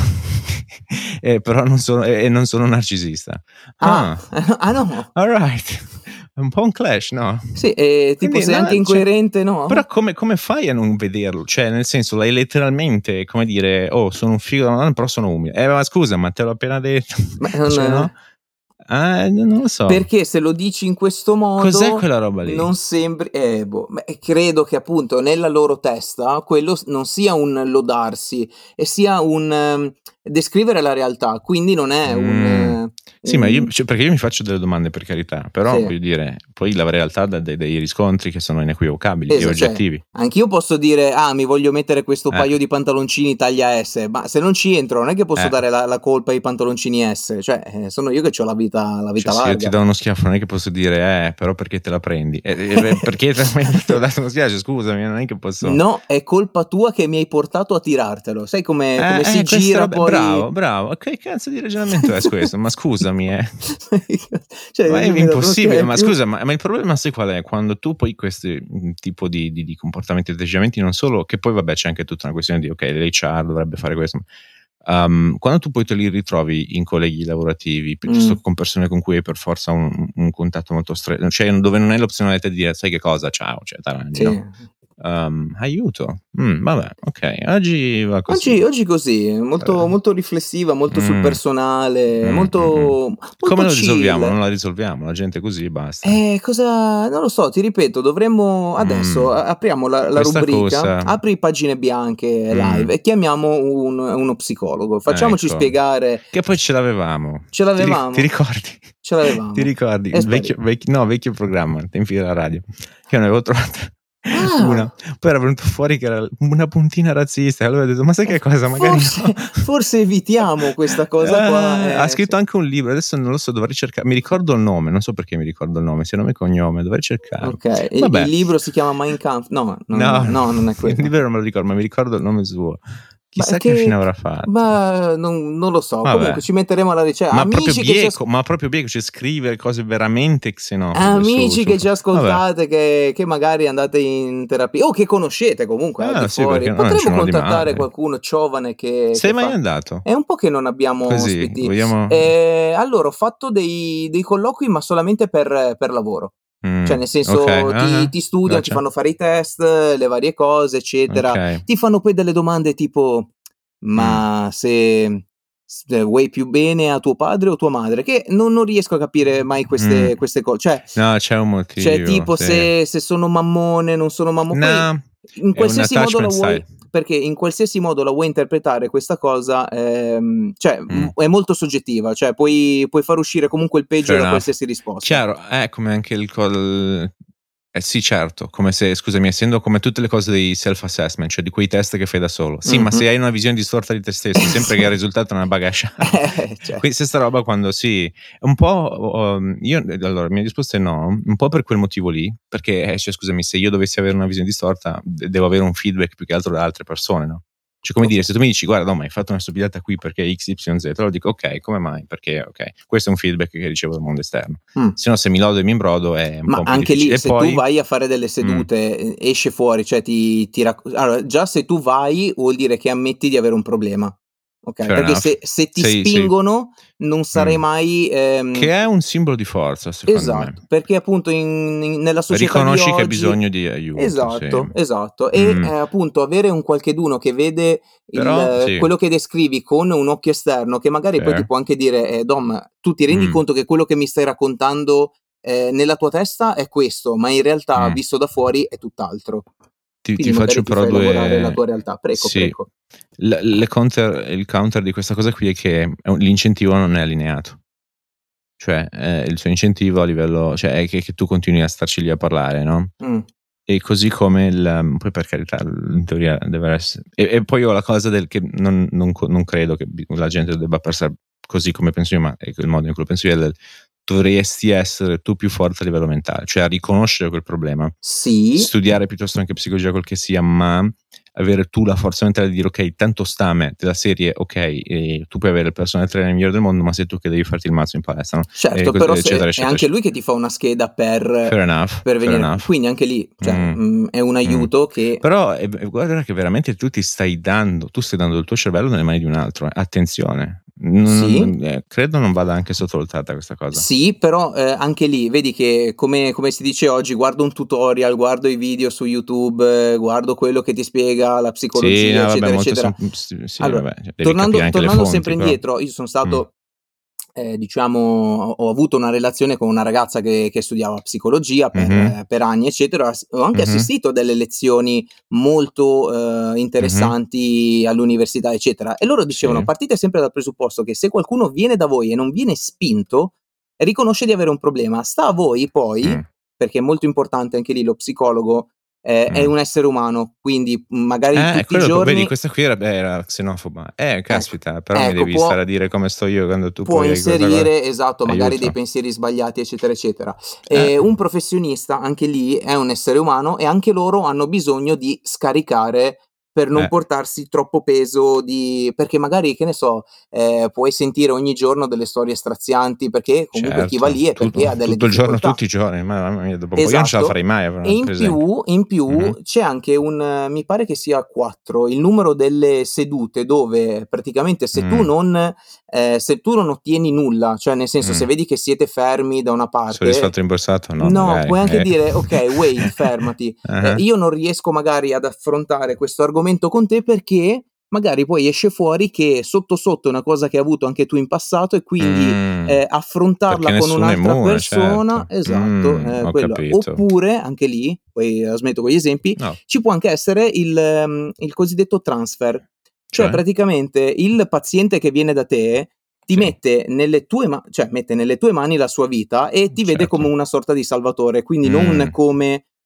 B: e però non sono, e e non sono un narcisista.
A: Ah,
B: Ah,
A: ah no.
B: alright. Un po' un clash, no?
A: Sì, e tipo
B: Quindi,
A: sei
B: no,
A: anche
B: cioè,
A: incoerente, no?
B: Però come, come fai a non vederlo? Cioè, nel senso, l'hai letteralmente, come dire, oh, sono un figo della Madonna, però sono umile. Eh, ma scusa, ma te l'ho appena detto.
A: Ma non-
B: Cioè, no? Ah, non lo so.
A: Perché se lo dici in questo modo
B: Cos'è quella roba lì?
A: non sembri eh, boh, beh, credo che appunto nella loro testa quello s- non sia un lodarsi e sia un ehm, descrivere la realtà, quindi non è un,
B: Mm.
A: eh,
B: Sì, ma io,
A: un-
B: cioè, perché io mi faccio delle domande, per carità, però
A: Sì.
B: voglio dire, poi la realtà dà dei, dei riscontri che sono inequivocabili e
A: Esatto, cioè,
B: oggettivi.
A: anch'io posso dire ah mi voglio mettere questo
B: Eh.
A: paio di pantaloncini taglia S, ma se non ci entro non è che posso
B: Eh.
A: dare la, la colpa ai pantaloncini S, cioè eh, sono io che ho la vita, la vita
B: Cioè, se io
A: larga.
B: ti do uno schiaffo non è che posso dire eh, però perché te la prendi? Eh, eh, perché te, te l'ho dato uno schiaffo, scusami, non è che posso...
A: No, è colpa tua che mi hai portato a tirartelo. Sai come,
B: Eh,
A: come si
B: eh, questa
A: gira
B: roba-
A: poi.
B: Bravo, bravo. Che cazzo di ragionamento è questo? Ma scusami, eh.
A: Cioè,
B: Ma è
A: io mi do-
B: impossibile,
A: non
B: ma
A: più-
B: scusa, ma, ma il problema sai qual è? Quando tu poi questi mm, tipo di, di, di comportamenti e atteggiamenti non solo, che poi vabbè c'è anche tutta una questione di ok, l'H R dovrebbe fare questo, ma, um, quando tu poi te li ritrovi in colleghi lavorativi, piuttosto
A: Mm.
B: che con persone con cui hai per forza un, un contatto molto stretto, cioè dove non è l'opzionalità di dire sai che cosa, ciao, cioè tarani,
A: Sì.
B: no? Um, aiuto. Mm, vabbè, ok, oggi va così.
A: Oggi, oggi così, molto,
B: Eh.
A: molto riflessiva, molto sul
B: Mm.
A: personale,
B: Mm,
A: molto,
B: mm, mm.
A: molto
B: Come lo
A: chill.
B: risolviamo? Non la risolviamo, la gente così basta.
A: Eh, cosa... Non lo so, ti ripeto, dovremmo adesso
B: Mm.
A: a- apriamo la, la
B: Questa
A: rubrica,
B: cosa-
A: apri pagine bianche
B: Mm.
A: live e chiamiamo un- uno psicologo. Facciamoci
B: Ecco.
A: spiegare.
B: Che poi ce l'avevamo.
A: Ce l'avevamo?
B: Ti, ri- ti ricordi?
A: Ce l'avevamo.
B: Ti ricordi?
A: È
B: Il vecchio,
A: sparito.
B: vecchio- no, vecchio programma, tempi della radio. Che non avevo trovato Una.
A: Ah!
B: Poi era venuto fuori che era una puntina razzista, e allora ho detto: "Ma sai che cosa? Magari
A: Forse
B: no".
A: forse evitiamo questa cosa qua,
B: Eh, ha
A: eh,
B: scritto
A: sì.
B: anche un libro, adesso non lo so, dovrei cerca mi ricordo il nome, non so perché mi ricordo il nome, sia nome e cognome, dovrei cercarlo.
A: Okay, il il
B: Vabbè.
A: libro si chiama Mein Kampf? No, no,
B: No,
A: no, no, non è
B: il
A: quello.
B: libro non me lo ricordo, ma mi ricordo il nome suo.
A: Ma è
B: Chissà che fine
A: che
B: avrà
A: c
B: fatto.
A: ma non non lo so. Comunque
B: Vabbè.
A: ci metteremo alla rice
B: Ma proprio
A: amici che ci as
B: bieco, ma proprio bieco, cioè scrive cose veramente xenofobe su
A: amici
B: su
A: che
B: fa
A: ci
B: vabbè.
A: ascoltate, che che magari andate in terapia o che conoscete comunque al di
B: Ah, sì, perché
A: fuori,
B: no, non c'è
A: potremmo
B: nulla di
A: contattare
B: male.
A: qualcuno giovane che
B: Sei
A: che
B: mai
A: fa
B: andato?
A: è un po' che non abbiamo
B: Così,
A: ospiti.
B: vogliamo
A: Ehm, allora ho fatto dei dei colloqui, ma solamente per per lavoro. Cioè
B: mh,
A: nel
B: okay,
A: senso ti
B: ah-ah,
A: ti studiano, ti
B: gotcha.
A: fanno fare i test, le varie cose, eccetera.
B: Okay.
A: Ti fanno poi delle domande tipo:
B: Mh.
A: "Ma se s vuoi più bene a tuo padre o tua madre?" Che non non riesco a capire mai
B: Mh.
A: queste queste co cioè
B: No, c'è un
A: cioè
B: motivo,
A: tipo
B: sì.
A: se se sono mammone, non sono mammo poi
B: No,
A: in
B: è un
A: qualsiasi modo la
B: attachment
A: vuoi
B: style.
A: perché in qualsiasi modo la vuoi interpretare questa cosa, ehm, cioè,
B: Mh.
A: mhmm, è molto soggettiva, cioè puoi puoi far uscire comunque il peggio
B: Fair
A: da
B: enough.
A: qualsiasi risposta.
B: Chiaro, è come anche il col eh sì, certo, come se scusami, essendo come tutte le cose dei self assessment, cioè di quei test che fai da solo. Sì, ma
A: Mh-mh.
B: se hai una visione distorta di te stesso, sempre che
A: Sì.
B: il risultato è una bagasciata.
A: Eh,
B: Qui
A: certo.
B: stessa roba quando sì, un po' uhm, io allora, la mia risposta è no, un po' per quel motivo lì, perché, eh, cioè scusami, se io dovessi avere una visione distorta, d devo avere un feedback più che altro da altre persone, no? Cioè come dire,
A: Okay.
B: se tu mi dici: "Guarda, no, ma hai fatto una stupidata qui perché X Y Z", allora dico: "Okay, come mai? Perché okay". Questo è un feedback che ricevo dal mondo esterno.
A: Mh.
B: Se no, se mi lodo e mi imbrodo è un
A: Ma
B: po' più
A: anche lì,
B: difficile. E
A: se tu
B: poi
A: vai a fare delle
B: mh,
A: sedute, e esce fuori, cioè ti ti rac allora già se tu vai vuol dire che ammetti di avere un problema, okay,
B: fair
A: perché
B: enough.
A: se se ti
B: Sei sei
A: spingono non
B: mh.
A: sarai mai, ehm
B: Che è un simbolo di forza secondo me.
A: esatto, perché appunto in in nella società di
B: Riconosci che hai
A: oggi
B: bisogno di aiuto, sì.
A: esatto, esatto. E,
B: Mh.
A: ehm, appunto avere un qualcheduno che vede
B: Però
A: il
B: sì,
A: quello che descrivi con un occhio esterno, che magari poi ti
B: fair.
A: può anche dire: "Eh, Dom, tu ti rendi
B: Mh,
A: conto che quello che mi stai raccontando, ehm, nella tua testa è questo, ma in realtà
B: mh.
A: visto da fuori è tutt'altro."
B: Ti ti
A: Quindi magari
B: faccio
A: ti
B: però
A: fai lavorare la
B: due
A: tua realtà. Preco,
B: sì.
A: preco.
B: L le counter il counter di questa cosa qui è che è un l'incentivo non è allineato. Cioè, ehm, il suo incentivo a livello cioè è che che tu continui a starci lì a parlare, no,
A: Mh,
B: e così come il poi per carità, l in teoria deve esse e e poi ho la cosa del che non non co non credo che bi la gente debba pensar così come penso io, ma è il modo in cui lo penso io, è del dovresti essere tu più forte a livello mentale, cioè a riconoscere quel problema,
A: sì.
B: studiare piuttosto anche psicologia, quel che sia, ma avere tu la forza mentale di dire: "Okay, tanto sta a me", della serie: "Okay, ehm, tu puoi avere il personal trainer migliore del mondo, ma sei tu che devi farti il mazzo in palestra", no, e
A: Certo,
B: cos
A: però
B: eccetera,
A: se è
B: eccetera,
A: anche
B: ecce
A: lui che ti fa una scheda per
B: fair enough,
A: per
B: fair
A: venire
B: enough.
A: quindi anche lì, cioè,
B: Mh,
A: mhmm, è un
B: mh.
A: aiuto che
B: Però e v guarda che veramente tu ti stai dando tu stai dando il tuo cervello nelle mani di un altro, eh, attenzione. Non
A: sì,
B: non ehm, credo non vada anche sottovalutata questa cosa.
A: sì, però, ehm, anche lì vedi che come come si dice oggi, guardo un tutorial, guardo i video su YouTube, eh, guardo quello che ti spiega la
B: Sì,
A: psicologia,
B: no vabbè
A: eccetera,
B: molto
A: eccetera.
B: sem mhmm, sì, sì
A: Allora,
B: vabbè, cioè devi capire
A: tornando
B: anche le
A: tornando sempre
B: fonti però.
A: indietro, io son
B: Mh,
A: stato ehm, diciamo ho ho avuto una relazione con una ragazza che che studiava psicologia
B: mh-mh,
A: per per anni, eccetera. As ho anche
B: mh-mh,
A: assistito a delle lezioni molto, ehm,
B: mh-mh,
A: interessanti all'università, eccetera, e loro dicevano:
B: sì,
A: "Partite sempre dal presupposto che se qualcuno viene da voi e non viene spinto, riconosce di avere un problema. Sta a voi poi",
B: mh,
A: perché è molto importante anche lì lo psicologo, ehm, è
B: mh.
A: un essere umano, quindi, mhmm, magari
B: Eh,
A: tutti i
B: quello po vedi
A: giorni
B: questa qui era beh, era xenofoba. Eh,
A: ecco,
B: caspita, però mi
A: ecco
B: devi
A: può
B: stare a dire come sto io quando tu
A: Può
B: poi hai questa cosa.
A: inserire, esatto, magari dei
B: Aiuto.
A: pensieri sbagliati, eccetera, eccetera.
B: Eh,
A: Ehm, un professionista, anche lì, è un essere umano e anche loro hanno bisogno di scaricare per non
B: eh,
A: portarsi troppo peso di perché magari, che ne so, ehm, puoi sentire ogni giorno delle storie strazianti, perché comunque chi va
B: certo,
A: lì è
B: tu
A: perché ha delle
B: tutto il giorno,
A: difficoltà.
B: tutti i giorni, ma mamma mia, dopo un po' io non ce la
A: Esatto.
B: farei mai
A: E
B: a
A: in
B: per esempio.
A: più in più
B: Mh-mh,
A: c'è anche un mi pare che sia quattro, il numero delle sedute dove praticamente se tu
B: mh,
A: non ehm, se tu non ottieni nulla, cioè nel senso se
B: mh.
A: vedi che siete fermi da una parte
B: Soddisfatto e rimborsato? No,
A: no,
B: magari,
A: puoi anche
B: eh.
A: dire: "Okay, wait, fermati, ehm,
B: Ah-ah.
A: io non riesco magari ad affrontare questo argomento con te perché" magari poi esce fuori che sotto, sotto è una cosa che hai avuto anche tu in passato e quindi,
B: Mh,
A: ehm,
B: perché
A: affrontarla con
B: nessuno è
A: un'altra
B: immune,
A: persona
B: certo.
A: esatto,
B: Mh,
A: ehm,
B: ho
A: quello.
B: capito.
A: Oppure, anche lì, poi la smetto con gli esempi,
B: No,
A: ci può anche essere il mhmm, il cosiddetto transfer. Cioè
B: cioè?
A: praticamente il paziente che viene da te ti
B: Sì,
A: mette nelle tue ma cioè mette nelle tue mani la sua vita e ti vede come
B: certo.
A: una sorta di salvatore, quindi non
B: Mh,
A: come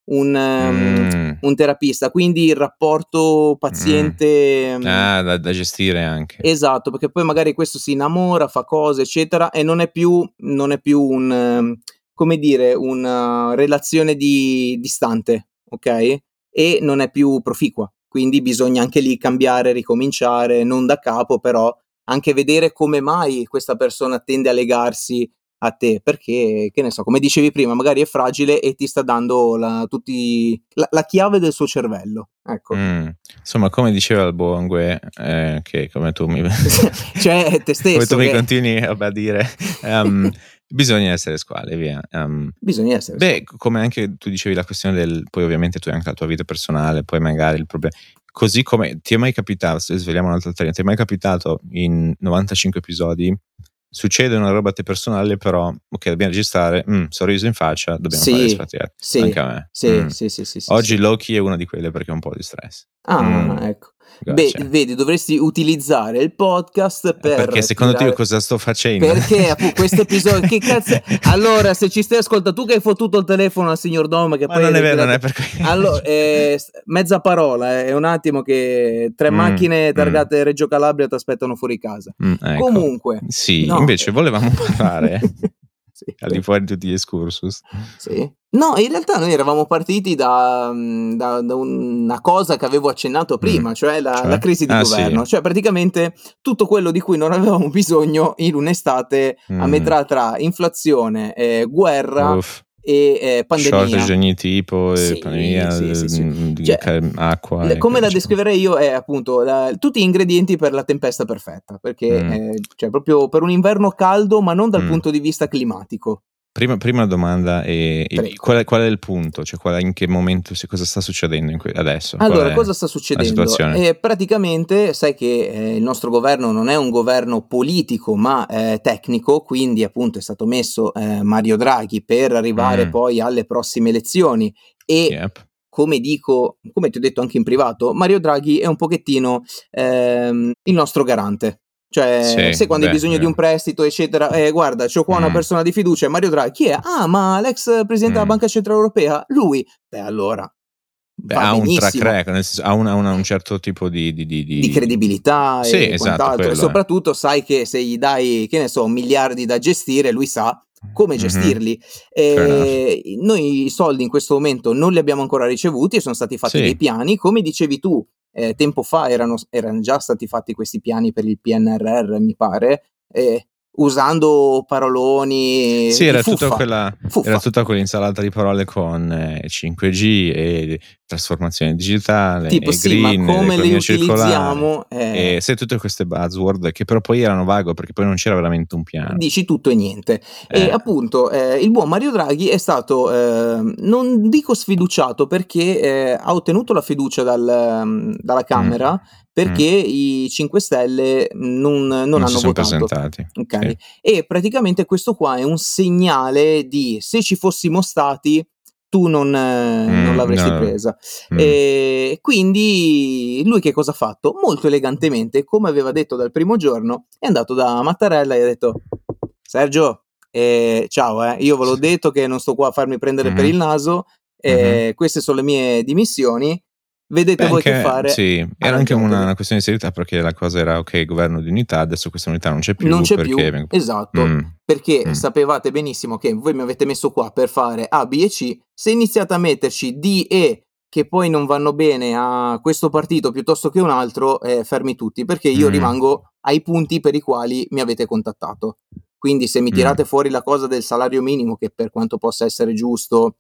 A: un,
B: Mm.
A: un terapista, quindi il rapporto paziente...
B: Mm. Ah, da, da gestire anche.
A: Esatto, perché poi magari questo si innamora, fa cose, eccetera, e non è più, non è più un, come dire, una relazione di distante, ok? E non è più proficua, quindi bisogna anche lì cambiare, ricominciare, non da capo, però anche vedere come mai questa persona tende a legarsi a te, perché, che ne so, come dicevi prima, magari è fragile e ti sta dando la, tutti, la, la chiave del suo cervello, ecco.
B: Mm. Insomma, come diceva il buon Gue, eh, che come tu mi
A: cioè te stesso
B: come tu mi
A: che...
B: continui a dire, um, bisogna essere squali, via. Um,
A: bisogna essere
B: beh, squali. Come anche tu dicevi la questione del, poi ovviamente tu hai anche la tua vita personale, poi magari il problema, così come ti è mai capitato, se sveliamo un'altra teoria, ti è mai capitato in novantacinque episodi succede una roba a te personale, però ok, dobbiamo registrare, mm, sorriso in faccia, dobbiamo
A: sì,
B: fare espatriati,
A: sì,
B: anche a me.
A: sì,
B: mm.
A: sì, sì, sì, sì,
B: Oggi
A: sì.
B: Loki è una di quelle perché è un po' di stress.
A: Ah,
B: mm.
A: ecco.
B: Gotcha.
A: Beh, vedi, dovresti utilizzare il podcast per
B: perché secondo
A: tirare...
B: te io cosa sto facendo?
A: Perché appunto questo episodio che cazzo allora se ci stai ascolta tu che hai fottuto il telefono al signor Dom che
B: ma
A: poi
B: non
A: hai
B: è vero,
A: ritirato...
B: non è per questo.
A: Allora eh, mezza parola eh, è un attimo che tre
B: mm,
A: macchine targate
B: mm.
A: Reggio Calabria ti aspettano fuori casa.
B: Mm, ecco.
A: Comunque
B: sì,
A: no.
B: invece volevamo parlare
A: sì,
B: al di fuori di tutti gli excursus.
A: Sì. No, in realtà noi eravamo partiti da, da, da una cosa che avevo accennato prima,
B: Mm.
A: cioè, la,
B: cioè?
A: la crisi di
B: ah,
A: governo,
B: sì.
A: cioè praticamente tutto quello di cui non avevamo bisogno in un'estate
B: mm.
A: a metà tra inflazione, eh, guerra
B: Uff.
A: e eh, pandemia.
B: Shortage di ogni tipo,
A: sì,
B: pandemia,
A: sì, sì, sì.
B: Di
A: Cioè,
B: acqua.
A: le, come la
B: diciamo.
A: descriverei io è appunto la, tutti gli ingredienti per la tempesta perfetta, perché
B: mm.
A: eh, cioè proprio per un inverno caldo, ma non dal
B: mm.
A: punto di vista climatico.
B: Prima, prima domanda è, è qual, è, qual è il punto? Cioè qual è, in che momento, se, cosa sta succedendo in que- adesso?
A: Allora, cosa sta succedendo? Eh, praticamente sai che eh, il nostro governo non è un governo politico ma eh, tecnico, quindi appunto è stato messo eh, Mario Draghi per arrivare
B: mm.
A: poi alle prossime elezioni e
B: yep.
A: come dico, come ti ho detto anche in privato, Mario Draghi è un pochettino ehm, il nostro garante. Cioè,
B: sì,
A: se quando
B: beh,
A: hai bisogno
B: eh.
A: di un prestito, eccetera, eh, guarda, c'ho qua mm. una persona di fiducia, Mario Draghi, chi è? Ah, ma l'ex presidente mm. della Banca Centrale Europea? Lui? Beh, allora,
B: Beh, ha un track record, nel senso, ha, una, una, un certo tipo di... Di, di,
A: di credibilità
B: sì,
A: e
B: esatto,
A: quant'altro. E soprattutto è. sai che se gli dai, che ne so, miliardi da gestire, lui sa come gestirli. Mm-hmm. E noi i soldi in questo momento non li abbiamo ancora ricevuti e sono stati fatti sì. dei piani, come dicevi tu, eh, tempo fa erano, erano già stati fatti questi piani per il P N R R, mi pare, eh, usando paroloni.
B: Sì, era
A: fuffa,
B: tutta, quella, era tutta quell'insalata di parole con eh, cinque G e trasformazione digitale
A: tipo,
B: e
A: sì,
B: green,
A: ma come le
B: utilizziamo
A: eh...
B: e sai, tutte queste buzzword che però poi erano vago perché poi non c'era veramente un piano.
A: Dici tutto e niente.
B: Eh.
A: E appunto eh, il buon Mario Draghi è stato, eh, non dico sfiduciato perché eh, ha ottenuto la fiducia dal, dalla Camera mm. perché mm. i cinque Stelle non, non, non hanno
B: si sono
A: votato.
B: presentati.
A: Okay.
B: Sì.
A: E praticamente questo qua è un segnale di se ci fossimo stati tu non, mm, non l'avresti no. presa. Mm. E quindi lui che cosa ha fatto? Molto elegantemente, come aveva detto dal primo giorno, è andato da Mattarella e ha detto: Sergio, eh, ciao, eh, io ve l'ho detto che non sto qua a farmi prendere mm-hmm. per il naso, eh, mm-hmm. queste sono le mie dimissioni. Vedete Beh, voi
B: anche,
A: che fare.
B: Sì, era anche una, una questione di serietà perché la cosa era ok, governo di unità, adesso questa unità non c'è più.
A: Non c'è
B: perché...
A: più, esatto, mm. perché mm. sapevate benissimo che voi mi avete messo qua per fare A, B e C, se iniziate a metterci D, E, che poi non vanno bene a questo partito piuttosto che un altro, eh, fermi tutti, perché io mm. rimango ai punti per i quali mi avete contattato. Quindi se mi tirate mm. fuori la cosa del salario minimo, che per quanto possa essere giusto,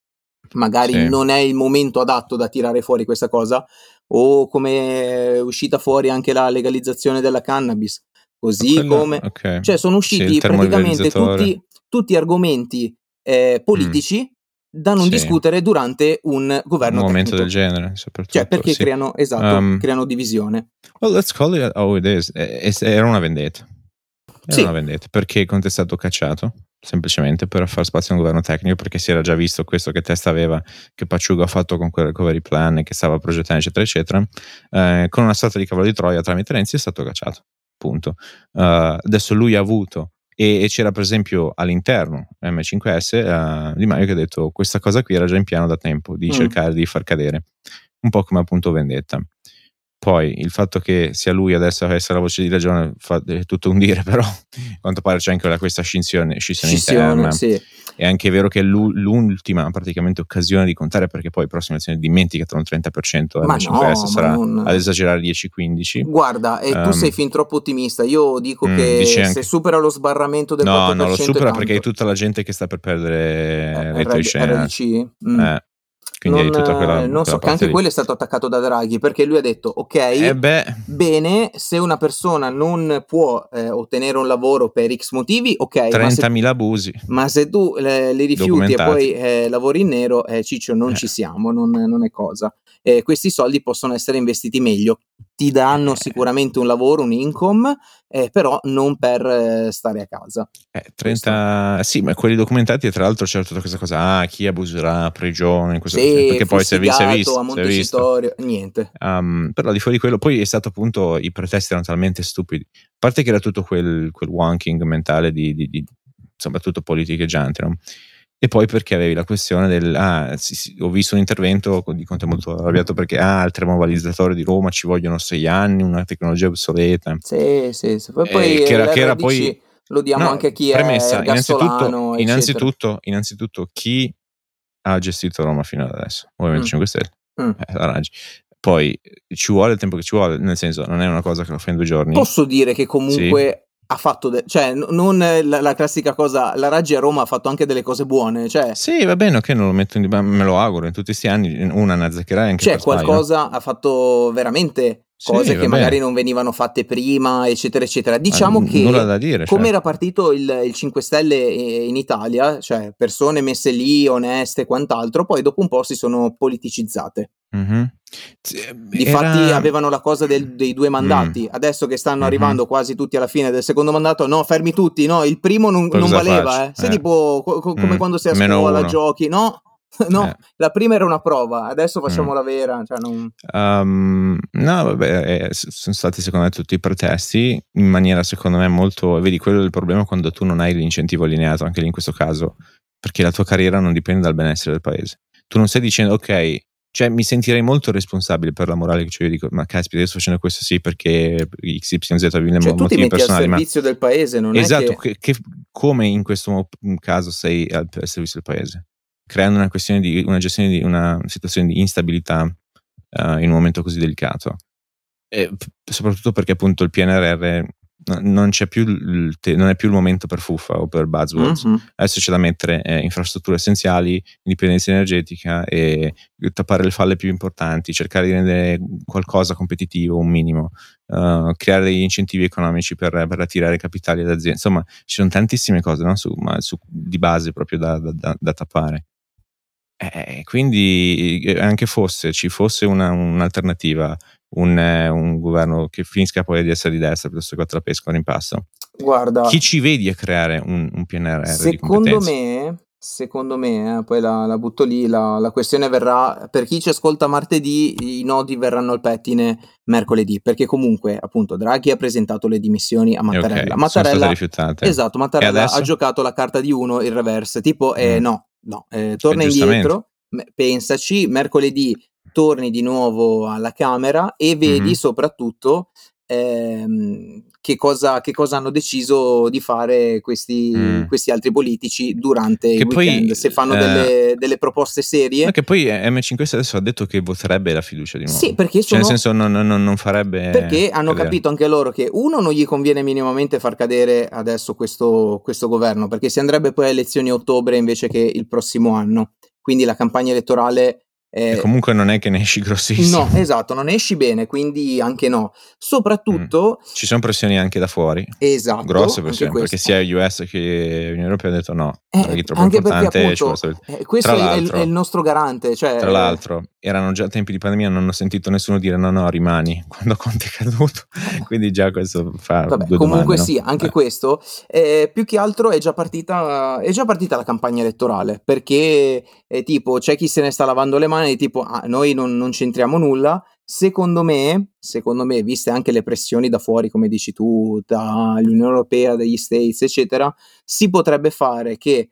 A: magari sì. non è il momento adatto da tirare fuori questa cosa, o come è uscita fuori anche la legalizzazione della cannabis, così Quello, come
B: okay.
A: cioè sono usciti sì, praticamente tutti, tutti argomenti eh, politici mm. da non sì. discutere durante un governo
B: un momento
A: tecnico.
B: del genere, soprattutto
A: cioè perché
B: sì.
A: creano esatto
B: um,
A: creano divisione.
B: Well, let's call it how it is. Era una vendetta. Era
A: sì.
B: una vendetta perché Conte è stato cacciato semplicemente per far spazio a un governo tecnico, perché si era già visto questo che testa aveva, che Paciuga ha fatto con quel recovery plan che stava progettando eccetera eccetera, eh, con una sorta di cavallo di Troia tramite Renzi è stato cacciato, punto. Uh, adesso lui ha avuto E, e c'era per esempio all'interno M cinque S uh, Di Maio che ha detto questa cosa qui era già in piano da tempo, di
A: Mm.
B: cercare di far cadere, un po' come appunto Vendetta. Poi il fatto che sia lui adesso a essere la voce di ragione fa è tutto un dire, però a quanto pare c'è anche questa scissione, scissione
A: Scissione,
B: interna.
A: sì.
B: È anche vero che è l'u- l'ultima praticamente occasione di contare, perché poi prossima elezione dimenticatelo un trenta per cento
A: Ma
B: M cinque S
A: no, ma
B: sarà
A: non...
B: ad esagerare dieci quindici.
A: Guarda, e tu
B: Um,
A: sei fin troppo ottimista. Io dico
B: mm,
A: che
B: dici
A: se
B: anche
A: supera lo sbarramento del
B: no,
A: quattro per
B: no, lo
A: cento è
B: supera
A: tanto.
B: perché è tutta la gente che sta per perdere
A: Eh,
B: reddito di
A: R-
B: scena.
A: RDC? Mm.
B: Eh, quindi hai
A: Non,
B: tutta quella,
A: eh, non
B: quella
A: so, che
B: parte
A: anche
B: lì.
A: quello è stato attaccato da Draghi, perché lui ha detto, ok,
B: Eh beh,
A: bene, se una persona non può eh, ottenere un lavoro per X motivi, ok, ma se,
B: trentamila abusi
A: ma se tu eh, li rifiuti e
B: documentati.
A: poi eh, lavori in nero, eh, Ciccio, non
B: Eh.
A: ci siamo, non, non è cosa. Eh, questi soldi possono essere investiti meglio, ti danno
B: Eh.
A: sicuramente un lavoro, un income, eh, però non per eh, stare a casa.
B: Eh, trenta sì, ma quelli documentati, e tra l'altro c'è tutta questa cosa, ah, chi abuserà, prigione, in questo
A: Sì,
B: perché poi si è, vi- si è
A: fustigato
B: visto,
A: a
B: si è visto.
A: Montecitorio, niente.
B: Um, però di fuori di quello, poi è stato appunto, i pretesti erano talmente stupidi, a parte che era tutto quel, quel wonking mentale di, di, di soprattutto politicheggiante, no? E poi perché avevi la questione del, ah, sì, sì, ho visto un intervento di Conte molto arrabbiato perché, ah, il termovalorizzatore di Roma ci vogliono sei anni, una tecnologia obsoleta.
A: Sì, sì, sì. Poi,
B: Eh,
A: poi
B: che era,
A: l'R
B: che era
A: D C
B: poi
A: lo diamo
B: no,
A: anche a chi
B: premessa,
A: è
B: innanzitutto,
A: ergasolano, eccetera.
B: innanzitutto, innanzitutto chi ha gestito Roma fino ad adesso? Movimento
A: Mm.
B: cinque Stelle.
A: Mm.
B: Eh, la Raggi. Poi ci vuole il tempo che ci vuole, nel senso, non è una cosa che lo fai in due giorni.
A: Posso dire che comunque
B: Sì.
A: ha fatto, de- cioè n- non la, la classica cosa, la Raggi a Roma ha fatto anche delle cose buone, cioè
B: Sì, va bene, ok, non lo metto in, ma me lo auguro, in tutti questi anni una ne azzeccherai anche
A: c'è
B: per sbaglio.
A: qualcosa, ha fatto veramente cose
B: Sì, va
A: che magari
B: bene.
A: non venivano fatte prima, eccetera, eccetera.
B: Ma
A: Diciamo
B: n- nulla da
A: che
B: dire,
A: come
B: certo.
A: era partito il, il cinque Stelle eh, in Italia, cioè persone messe lì, oneste e quant'altro, poi dopo un po' si sono politicizzate.
B: Mhm. Sì,
A: Difatti
B: era...
A: avevano la cosa del- dei due mandati.
B: Mm.
A: Adesso che stanno
B: Mhm.
A: arrivando quasi tutti alla fine del secondo mandato, no, fermi tutti, no, il primo non,
B: Poi
A: non
B: cosa
A: valeva,
B: faccio?
A: eh. Sei
B: Eh.
A: tipo co- co- come
B: Mm.
A: quando sei a
B: Meno
A: scuola,
B: uno.
A: giochi, no? No,
B: Eh.
A: la prima era una prova, adesso facciamo
B: Mm.
A: la vera. Cioè non...
B: Um, no, vabbè, eh, sono stati secondo me tutti i pretesti in maniera secondo me molto, vedi, quello è il problema quando tu non hai l'incentivo allineato, anche lì in questo caso, perché la tua carriera non dipende dal benessere del paese. Tu non stai dicendo, ok, cioè mi sentirei molto responsabile per la morale che c'ho, io dico, ma caspita, io sto facendo questo sì perché X Y Z per
A: Cioè tu ti
B: motivi
A: metti al
B: personali, ma
A: servizio del paese, non
B: esatto,
A: è che...
B: che, che, come in questo mo- caso sei al, al servizio del paese, creando una questione di una gestione di una situazione di instabilità uh, in un momento così delicato, e p- soprattutto perché appunto il P N R R no- non c'è più il te- non è più il momento per fuffa o per buzzwords.
A: Mhm.
B: Adesso c'è da mettere eh, infrastrutture essenziali, indipendenza energetica e tappare le falle più importanti, cercare di rendere qualcosa competitivo, un minimo, uh, creare degli incentivi economici per, per attirare capitali ad aziende. Insomma, ci sono tantissime cose, no? su, ma su, di base proprio da, da, da, da tappare. Eh, quindi eh, anche fosse ci fosse una, un'alternativa, un, eh, un governo che finisca poi di essere di destra piuttosto che quattro la pesca in passo,
A: Guarda,
B: chi ci vedi a creare un, un P N R R di
A: secondo
B: competenze?
A: me, secondo me, eh, poi la, la butto lì, la, la questione verrà, per chi ci ascolta martedì, i nodi verranno al pettine mercoledì, perché comunque, appunto, Draghi ha presentato le dimissioni a
B: E ok,
A: Mattarella.
B: sono state
A: Mattarella,
B: rifiutate.
A: esatto,
B: E
A: Mattarella ha
B: adesso?
A: giocato la carta di uno, il reverse, tipo, eh,
B: Mm.
A: no, no, eh,
B: Eh,
A: torna
B: giustamente.
A: indietro, me- pensaci, mercoledì torni di nuovo alla Camera e vedi
B: Mhm.
A: soprattutto ehm, che cosa, che cosa hanno deciso di fare questi,
B: Mm.
A: questi altri politici durante
B: Che
A: il
B: poi,
A: weekend, se fanno
B: eh,
A: delle, delle proposte serie.
B: No, che poi M cinque Stelle adesso ha detto che voterebbe la fiducia di nuovo.
A: Sì, perché
B: Cioè, nel
A: sono...
B: senso, non, non, non farebbe.
A: Perché hanno
B: cadere.
A: capito anche loro che uno non gli conviene minimamente far cadere adesso questo, questo governo, perché si andrebbe poi a elezioni a ottobre invece che il prossimo anno, quindi la campagna elettorale
B: E
A: eh,
B: comunque non è che ne esci grossissimo.
A: no, esatto, non esci bene, quindi anche no. Soprattutto,
B: Mm. Ci sono pressioni anche da fuori,
A: esatto,
B: grosse
A: anche
B: pressioni,
A: questo.
B: perché sia U S che Unione Europea hanno detto no,
A: Eh,
B: Draghi è troppo
A: anche perché
B: importante. ci vuole
A: appunto
B: stare-
A: eh, questo
B: Tra
A: è, è il-
B: l'altro,
A: è il nostro garante, cioè
B: tra
A: eh,
B: l'altro, erano già tempi di pandemia, non ho sentito nessuno dire no, no, rimani quando Conte è caduto. Quindi già questo fa
A: vabbè,
B: due
A: comunque
B: domande, no?
A: sì, anche
B: Eh.
A: questo, eh, più che altro è già partita, è già partita la campagna elettorale, perché eh, tipo c'è chi se ne sta lavando le mani, tipo ah, noi non, non c'entriamo nulla, Secondo me, secondo me, viste anche le pressioni da fuori, come dici tu, dall'Unione Europea, dagli States, eccetera, si potrebbe fare che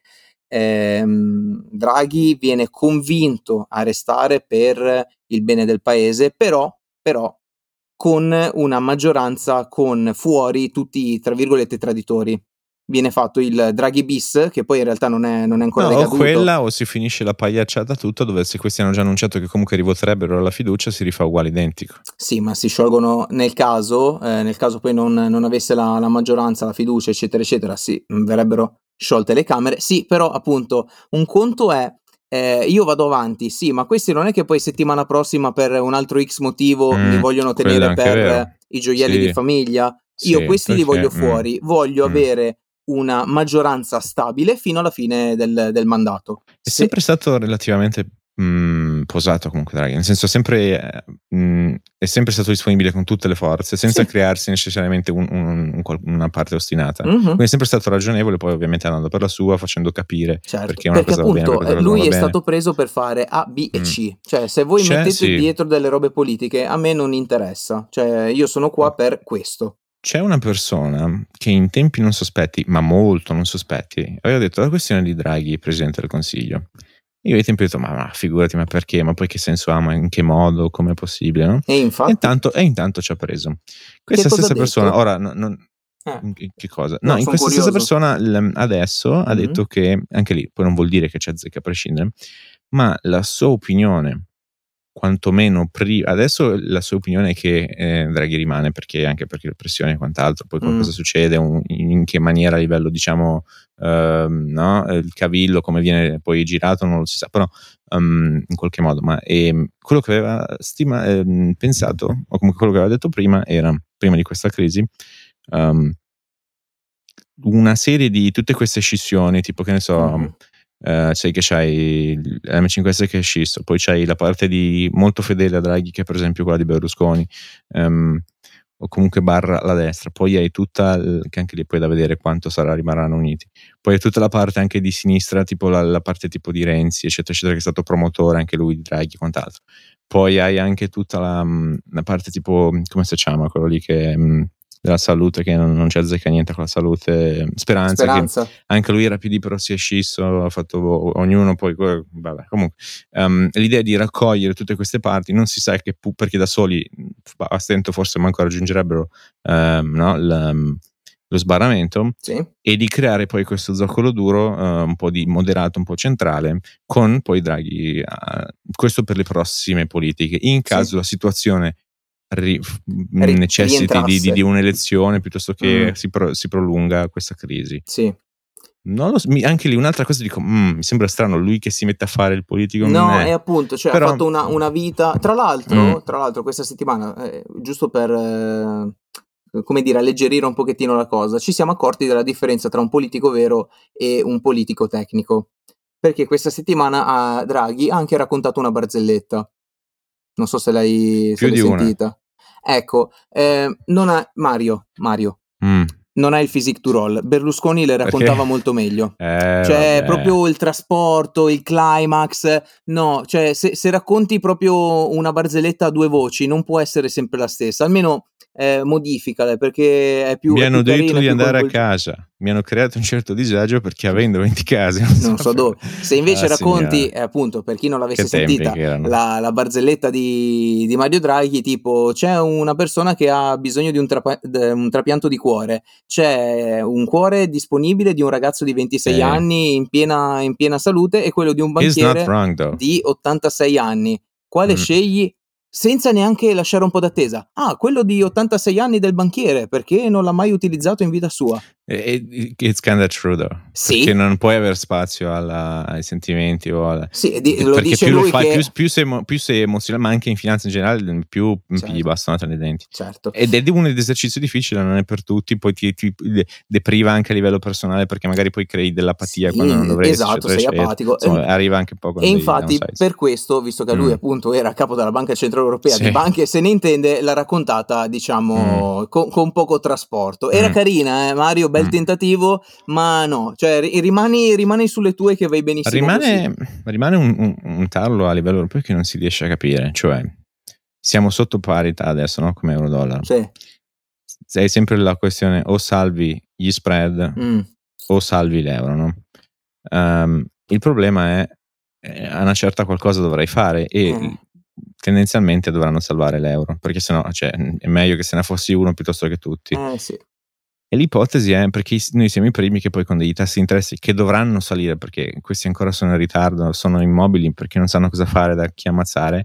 A: ehm, Draghi viene convinto a restare per il bene del paese, però, però con una maggioranza con fuori tutti, tra virgolette, traditori. Viene fatto il Draghi bis, che poi in realtà non è, non è ancora
B: No, o
A: decaduto.
B: quella o si finisce la pagliacciata tutta, dove se questi hanno già annunciato che comunque rivoterebbero la fiducia, si rifà uguale identico.
A: Sì, ma si sciolgono nel caso, eh, nel caso poi non, non avesse la, la maggioranza, la fiducia, eccetera, eccetera, sì, mh, verrebbero sciolte le Camere. Sì, però appunto un conto è eh, io vado avanti, sì, ma questi non è che poi settimana prossima per un altro X motivo mi
B: Mm,
A: vogliono
B: quello è
A: tenere
B: anche
A: per
B: vero.
A: i gioielli di
B: Sì,
A: famiglia. Io
B: sì,
A: questi li
B: perché
A: voglio
B: mm,
A: fuori, voglio
B: mm.
A: avere una maggioranza stabile fino alla fine del, del mandato.
B: È
A: Se,
B: sempre stato relativamente mh, posato comunque Draghi, nel senso sempre eh, mh, è sempre stato disponibile con tutte le forze, senza
A: sì.
B: crearsi necessariamente un, un, un, una parte ostinata.
A: Mhm.
B: Quindi è sempre stato ragionevole, poi ovviamente andando per la sua, facendo capire
A: Certo,
B: perché una
A: perché
B: cosa va bene,
A: appunto
B: perché
A: eh,
B: questa cosa non
A: lui
B: va
A: è
B: bene.
A: stato preso per fare A, B e
B: Mm.
A: C, cioè se voi
B: C'è,
A: mettete
B: sì.
A: dietro delle robe politiche a me non interessa, cioè io sono qua per questo.
B: C'è una persona che in tempi non sospetti, ma molto non sospetti, aveva detto la questione di Draghi, Presidente del Consiglio. Io ai tempi ho detto, ma, ma figurati, ma perché? Ma poi che senso ha? Ma in che modo? Com'è possibile? No?
A: E infatti,
B: E, intanto, e intanto ci ha preso. Questa
A: che cosa
B: stessa
A: ha
B: persona,
A: detto?
B: ora, no, non,
A: Eh,
B: che, che cosa?
A: no,
B: No, in
A: sono
B: questa stessa
A: curioso.
B: persona l- adesso ha
A: Mhm.
B: detto che, anche lì, poi non vuol dire che c'è azzecca a prescindere, ma la sua opinione, quantomeno pri- adesso la sua opinione è che eh, Draghi rimane, perché anche perché le pressioni e quant'altro, poi qualcosa
A: Mm.
B: succede, un, in che maniera a livello diciamo ehm, no? Il cavillo come viene poi girato non lo si sa, però um, in qualche modo, ma ehm, quello che aveva stima, ehm, pensato, o comunque quello che aveva detto prima era, prima di questa crisi, um, una serie di tutte queste scissioni, tipo che ne so,
A: Mhm.
B: eh, sai che c'hai l'M cinque S che è scisso, poi c'hai la parte di molto fedele a Draghi che è per esempio quella di Berlusconi, um, o comunque barra la destra, poi hai tutta, l- che anche lì poi è da vedere quanto sarà, rimarranno uniti, poi hai tutta la parte anche di sinistra, tipo la, la parte tipo di Renzi, eccetera, eccetera, che è stato promotore anche lui di Draghi e quant'altro. Poi hai anche tutta la, la parte tipo, come si chiama, quello lì che... Mh, della salute, che non, non ci azzecca niente con la salute, Speranza,
A: Speranza.
B: che anche lui era P D però si è scisso, ha fatto ognuno poi, vabbè, comunque um, l'idea di raccogliere tutte queste parti, non si sa che pu- perché da soli a stento forse manco raggiungerebbero um, no, l, lo sbarramento,
A: Sì.
B: e di creare poi questo zoccolo duro uh, un po' di moderato, un po' centrale, con poi Draghi, uh, questo per le prossime politiche, in caso
A: Sì.
B: la situazione Ri,
A: Ri-
B: necessiti di, di, di
A: rientrasse.
B: un'elezione piuttosto che
A: Mm.
B: si, pro, si prolunga questa crisi.
A: Sì.
B: Non lo so, mi, anche lì un'altra cosa dico, mm, mi sembra strano lui che si mette a fare il politico, non
A: No,
B: è.
A: e appunto, cioè
B: Però,
A: ha fatto una, una vita. Tra l'altro,
B: mm,
A: tra l'altro, questa settimana, eh, giusto per eh, come dire, alleggerire un pochettino la cosa, ci siamo accorti della differenza tra un politico vero e un politico tecnico. Perché questa settimana a Draghi ha anche raccontato una barzelletta. Non so se l'hai, se
B: più
A: l'hai
B: di una.
A: sentita. Ecco, eh, non ha Mario, Mario,
B: Mm,
A: non ha il physique to roll. Berlusconi le
B: perché?
A: raccontava molto meglio.
B: Eh,
A: Cioè,
B: vabbè.
A: proprio il trasporto, il climax. No, cioè, se, se racconti proprio una barzelletta a due voci, non può essere sempre la stessa. Almeno eh, modificale, perché è più,
B: Mi
A: è
B: hanno
A: più
B: detto
A: carina, è
B: di
A: più
B: andare a
A: coinvolgente.
B: casa, mi hanno creato un certo disagio perché avendo venti case non,
A: Non so dove. Se invece
B: ah,
A: racconti,
B: signora,
A: eh, appunto, per chi non l'avesse
B: che tempi
A: sentita,
B: che erano.
A: la, la barzelletta di, di Mario Draghi, tipo c'è una persona che ha bisogno di un, trapa- d- un trapianto di cuore, c'è un cuore disponibile di un ragazzo di ventisei
B: Eh.
A: anni in piena, in piena salute e quello di un
B: He's not
A: banchiere
B: wrong though.
A: di ottantasei anni. Quale
B: Mm.
A: scegli? Senza neanche lasciare un po' d'attesa. Ah, quello di ottantasei anni del banchiere, perché non l'ha mai utilizzato in vita sua?
B: It's kind of true though,
A: Sì,
B: perché non puoi avere spazio alla, ai sentimenti o alla,
A: sì, di- lo
B: perché
A: dice
B: più lo
A: lui
B: fai,
A: che...
B: più, più, sei, più sei emozionale, ma anche in finanza in generale, più
A: Certo.
B: gli bastonate nei denti.
A: Certo.
B: Ed è un esercizio difficile, non è per tutti, poi ti, ti depriva anche a livello personale perché magari poi crei dell'apatia
A: Sì,
B: quando non dovresti,
A: esatto,
B: eccetera,
A: sei
B: eccetera.
A: apatico.
B: Insomma, arriva anche un po' con
A: E
B: dei
A: infatti
B: downsides.
A: per questo, visto che lui
B: Mm.
A: appunto era a capo della Banca Centrale Europea,
B: Sì.
A: di banche se ne intende, l'ha raccontata diciamo
B: Mm.
A: con, con poco trasporto. Era
B: Mm.
A: carina, eh, Mario, bel
B: Mm.
A: tentativo, ma no, cioè rimani, rimani sulle tue che vai benissimo
B: rimane,
A: così.
B: rimane un, un, un tarlo a livello europeo che non si riesce a capire, cioè siamo sotto parità adesso, no? Come euro-dollaro.
A: Sì.
B: Sei sempre la questione o salvi gli spread
A: Mm.
B: o salvi l'euro, no? Um, il problema è eh, a una certa qualcosa dovrai fare e
A: Eh.
B: tendenzialmente dovranno salvare l'euro, perché sennò cioè, è meglio che se ne fossi uno piuttosto che tutti.
A: Eh sì.
B: E l'ipotesi è perché noi siamo i primi che poi con degli tassi di interessi che dovranno salire, perché questi ancora sono in ritardo, sono immobili perché non sanno cosa fare da chi ammazzare,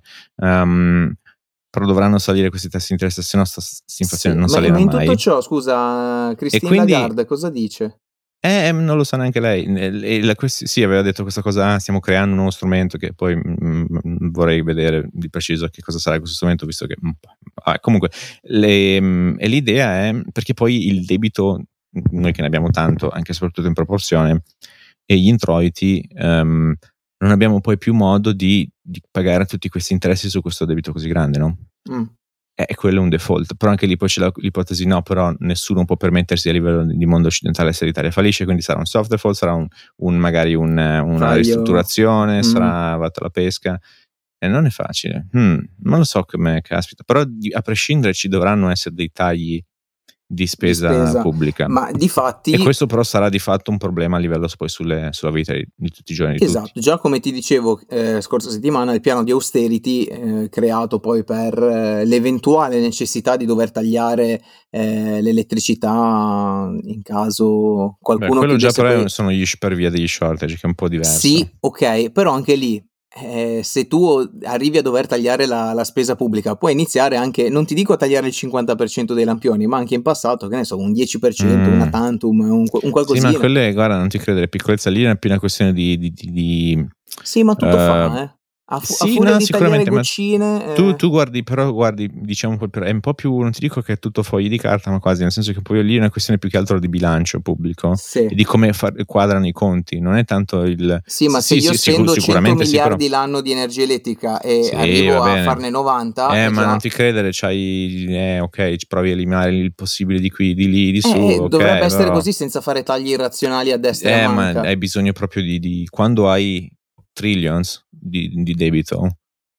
B: um, però dovranno salire questi tassi di interesse, se no sta inflazione
A: Sì,
B: non
A: ma,
B: salirà
A: ma in
B: mai.
A: tutto ciò, scusa, Christine
B: quindi,
A: Lagarde cosa dice?
B: Eh, non lo sa neanche lei. E la, questi, sì, aveva detto questa cosa, ah, stiamo creando un nuovo strumento che poi mh, vorrei vedere di preciso che cosa sarà questo strumento, visto che... Ah, comunque, le, mh, e l'idea è, perché poi il debito, noi che ne abbiamo tanto, anche e soprattutto in proporzione, e gli introiti, um, non abbiamo poi più modo di, di pagare tutti questi interessi su questo debito così grande, no?
A: Mm.
B: E quello è un default, però anche lì poi c'è l'ipotesi no, però nessuno può permettersi a livello di mondo occidentale se l'Italia fallisce, quindi sarà un soft default, sarà un, un magari un, una
A: Taglio.
B: ristrutturazione,
A: Mm.
B: sarà vatta la pesca, e non è facile, hmm, non lo so come caspita, però di, a prescindere ci dovranno essere dei tagli di spesa,
A: di spesa
B: pubblica,
A: ma di fatti,
B: e questo però sarà di fatto un problema a livello poi sulle, sulla vita di, di tutti i giorni di
A: esatto,
B: tutti.
A: già come ti dicevo eh, scorsa settimana, il piano di austerity eh, creato poi per eh, l'eventuale necessità di dover tagliare eh, l'elettricità in caso qualcuno
B: Beh, quello già
A: chiudesse
B: però
A: quei...
B: sono gli, per via degli shortage, che è un po' diverso.
A: Sì, ok, però anche lì Eh, se tu arrivi a dover tagliare la, la spesa pubblica, puoi iniziare anche, non ti dico a tagliare il cinquanta per cento dei lampioni, ma anche in passato, che ne so, un dieci per cento,
B: mm.
A: una tantum, un, un qualcosina.
B: Sì, ma quelle, guarda, non ti credere, piccolezza lì è appena questione di... di, di, di
A: sì, ma tutto uh, fa, eh. A, fu-
B: sì,
A: a furia
B: no,
A: di tagliare goccine...
B: Ma tu,
A: eh.
B: tu guardi, però guardi, diciamo, è un po' più, non ti dico che è tutto fogli di carta, ma quasi, nel senso che poi lì è una questione più che altro di bilancio pubblico,
A: sì.
B: e di come far, quadrano i conti, non è tanto il...
A: Sì, ma
B: sì,
A: se io
B: sì,
A: spendo
B: sicur-
A: cento
B: miliardi
A: sì, però...
B: sì,
A: l'anno di energia elettrica e
B: sì,
A: arrivo a farne novanta...
B: Eh, ma
A: già...
B: non ti credere, c'hai... Eh, ok, ci provi a eliminare il possibile di qui, di lì, di su,
A: eh,
B: ok,
A: dovrebbe essere
B: però...
A: così senza fare tagli irrazionali a destra
B: eh,
A: e a manca.
B: ma hai bisogno proprio di... di quando hai trillions di, di debito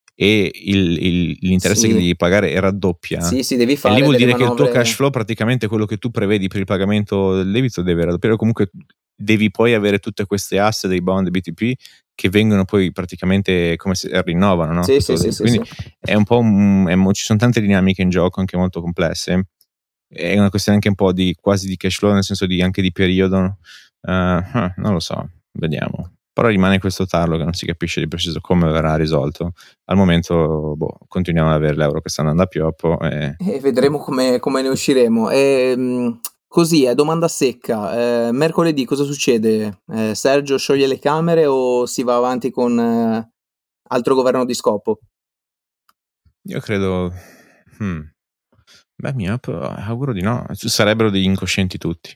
B: e il, il, l'interesse sì. che devi pagare raddoppia,
A: sì, sì, devi fare
B: e lì vuol dire
A: manovre...
B: che il tuo cash flow, praticamente quello che tu prevedi per il pagamento del debito, deve raddoppiare. Comunque devi poi avere tutte queste asse dei bond B T P che vengono poi praticamente come se rinnovano, no?
A: Sì, sì, sì,
B: quindi
A: sì, sì.
B: è un po' un, è, ci sono tante dinamiche in gioco anche molto complesse, è una questione anche un po' di quasi di cash flow, nel senso di anche di periodo, uh, uh, non lo so, vediamo. Però rimane questo tarlo che non si capisce di preciso come verrà risolto. Al momento boh, continuiamo ad avere l'euro che sta andando a pioppo e,
A: e vedremo come, come ne usciremo. E, mh, così è domanda secca. Eh, mercoledì cosa succede? Eh, Sergio scioglie le Camere o si va avanti con eh, altro governo di scopo?
B: Io credo hmm. Beh, mi auguro di no. Sarebbero degli incoscienti tutti.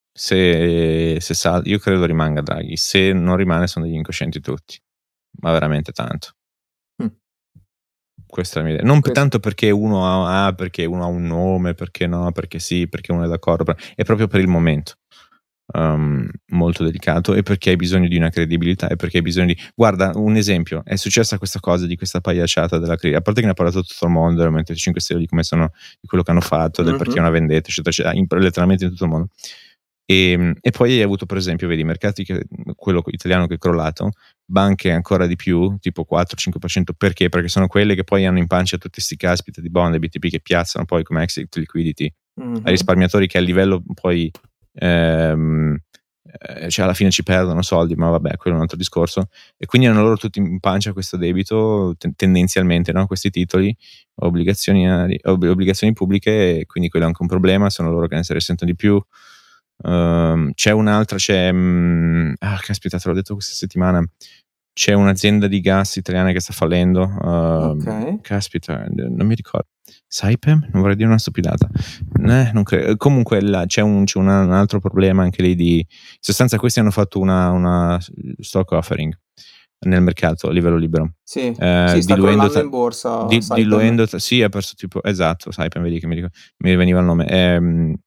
B: Se, se sal- io credo rimanga Draghi, se non rimane sono degli incoscienti tutti, ma veramente tanto. Mm. Questa è la mia idea. Non Questo. Tanto perché uno ha, ah, perché uno ha un nome, perché no, perché sì, perché uno è d'accordo, è proprio per il momento. Um, molto delicato, e perché hai bisogno di una credibilità, e perché hai bisogno di... Guarda, un esempio, è successa questa cosa di questa pagliacciata della crisi, a parte che ne ha parlato tutto il mondo, del Movimento cinque Stelle, di come sono, di quello che hanno fatto, del uh-huh. perché è una vendetta, eccetera, eccetera, in, letteralmente in tutto il mondo. E, e poi hai avuto, per esempio, vedi, mercati che, quello italiano che è crollato, banche ancora di più, tipo quattro cinque per cento, perché? Perché sono quelle che poi hanno in pancia tutti questi caspita di bond e B T P che piazzano poi come exit liquidity uh-huh. ai risparmiatori, che a livello poi ehm, eh, cioè alla fine ci perdono soldi, ma vabbè, quello è un altro discorso, e quindi hanno loro tutti in pancia questo debito, ten- tendenzialmente, no? Questi titoli obbligazioni, ob- obbligazioni pubbliche, e quindi quello è anche un problema, sono loro che ne si risentono di più. Uh, c'è un'altra, c'è um, ah caspita, te l'ho detto questa settimana, c'è un'azienda di gas italiana che sta fallendo, uh, okay. Caspita, non mi ricordo, Saipem? Non vorrei dire una stupidata, eh, non credo. Comunque là, c'è, un, c'è una, un altro problema anche lì di... In sostanza questi hanno fatto una, una stock offering nel mercato a livello libero,
A: sì, eh, sì sta crollando ta- in borsa,
B: di, diluendo ta- sì, ha perso tipo, esatto, Saipem, vedi che mi, ricordo, mi veniva il nome, ehm,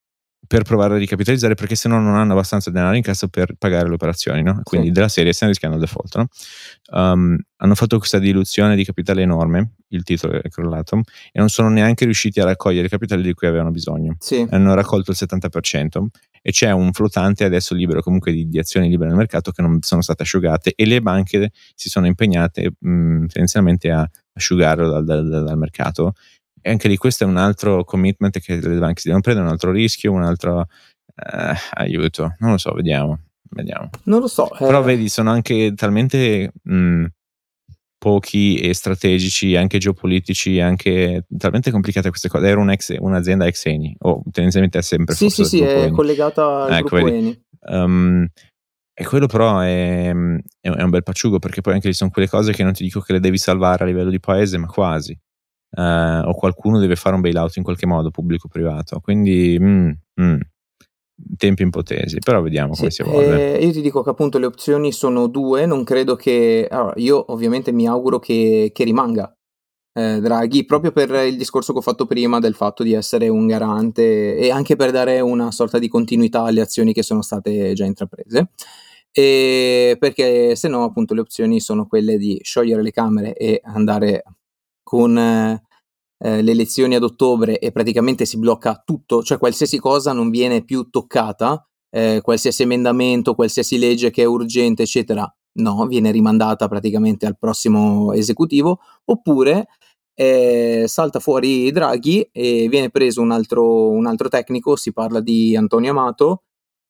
B: per provare a ricapitalizzare, perché se no non hanno abbastanza denaro in cassa per pagare le operazioni, no? Quindi
A: Sì.
B: della serie stiamo rischiando il default, no? Um, hanno fatto questa diluzione di capitale enorme, il titolo è crollato, e non sono neanche riusciti a raccogliere il capitale di cui avevano bisogno.
A: Sì.
B: Hanno raccolto il settanta per cento e c'è un flottante adesso libero, comunque di, di azioni libere nel mercato, che non sono state asciugate, e le banche si sono impegnate mh, tendenzialmente a asciugarlo dal, dal, dal mercato. E anche di questo è un altro commitment che le banche si devono prendere, un altro rischio, un altro eh, aiuto, non lo so, vediamo, vediamo.
A: Non lo so.
B: Però
A: eh...
B: vedi, sono anche talmente mh, pochi e strategici, anche geopolitici, anche talmente complicate queste cose. Era un ex, un'azienda ex Eni, o tendenzialmente è sempre
A: Sì,
B: forse
A: sì, sì, è
B: Eni.
A: collegata al
B: ecco,
A: gruppo
B: vedi.
A: Eni.
B: Um, e quello però è, è un bel pacciugo, perché poi anche lì sono quelle cose che non ti dico che le devi salvare a livello di paese, ma quasi. Uh, o qualcuno deve fare un bailout in qualche modo, pubblico o privato, quindi mm, mm, tempi impotesi, però vediamo
A: sì,
B: come si evolve.
A: Eh, io ti dico che appunto le opzioni sono due, non credo che... Allora, io ovviamente mi auguro che, che rimanga eh, Draghi, proprio per il discorso che ho fatto prima del fatto di essere un garante e anche per dare una sorta di continuità alle azioni che sono state già intraprese. E perché se no appunto le opzioni sono quelle di sciogliere le Camere e andare con eh, le elezioni ad ottobre e praticamente si blocca tutto, cioè qualsiasi cosa non viene più toccata, eh, qualsiasi emendamento, qualsiasi legge che è urgente eccetera, no, viene rimandata praticamente al prossimo esecutivo, oppure eh, salta fuori Draghi e viene preso un altro, un altro tecnico, si parla di Antonio Amato,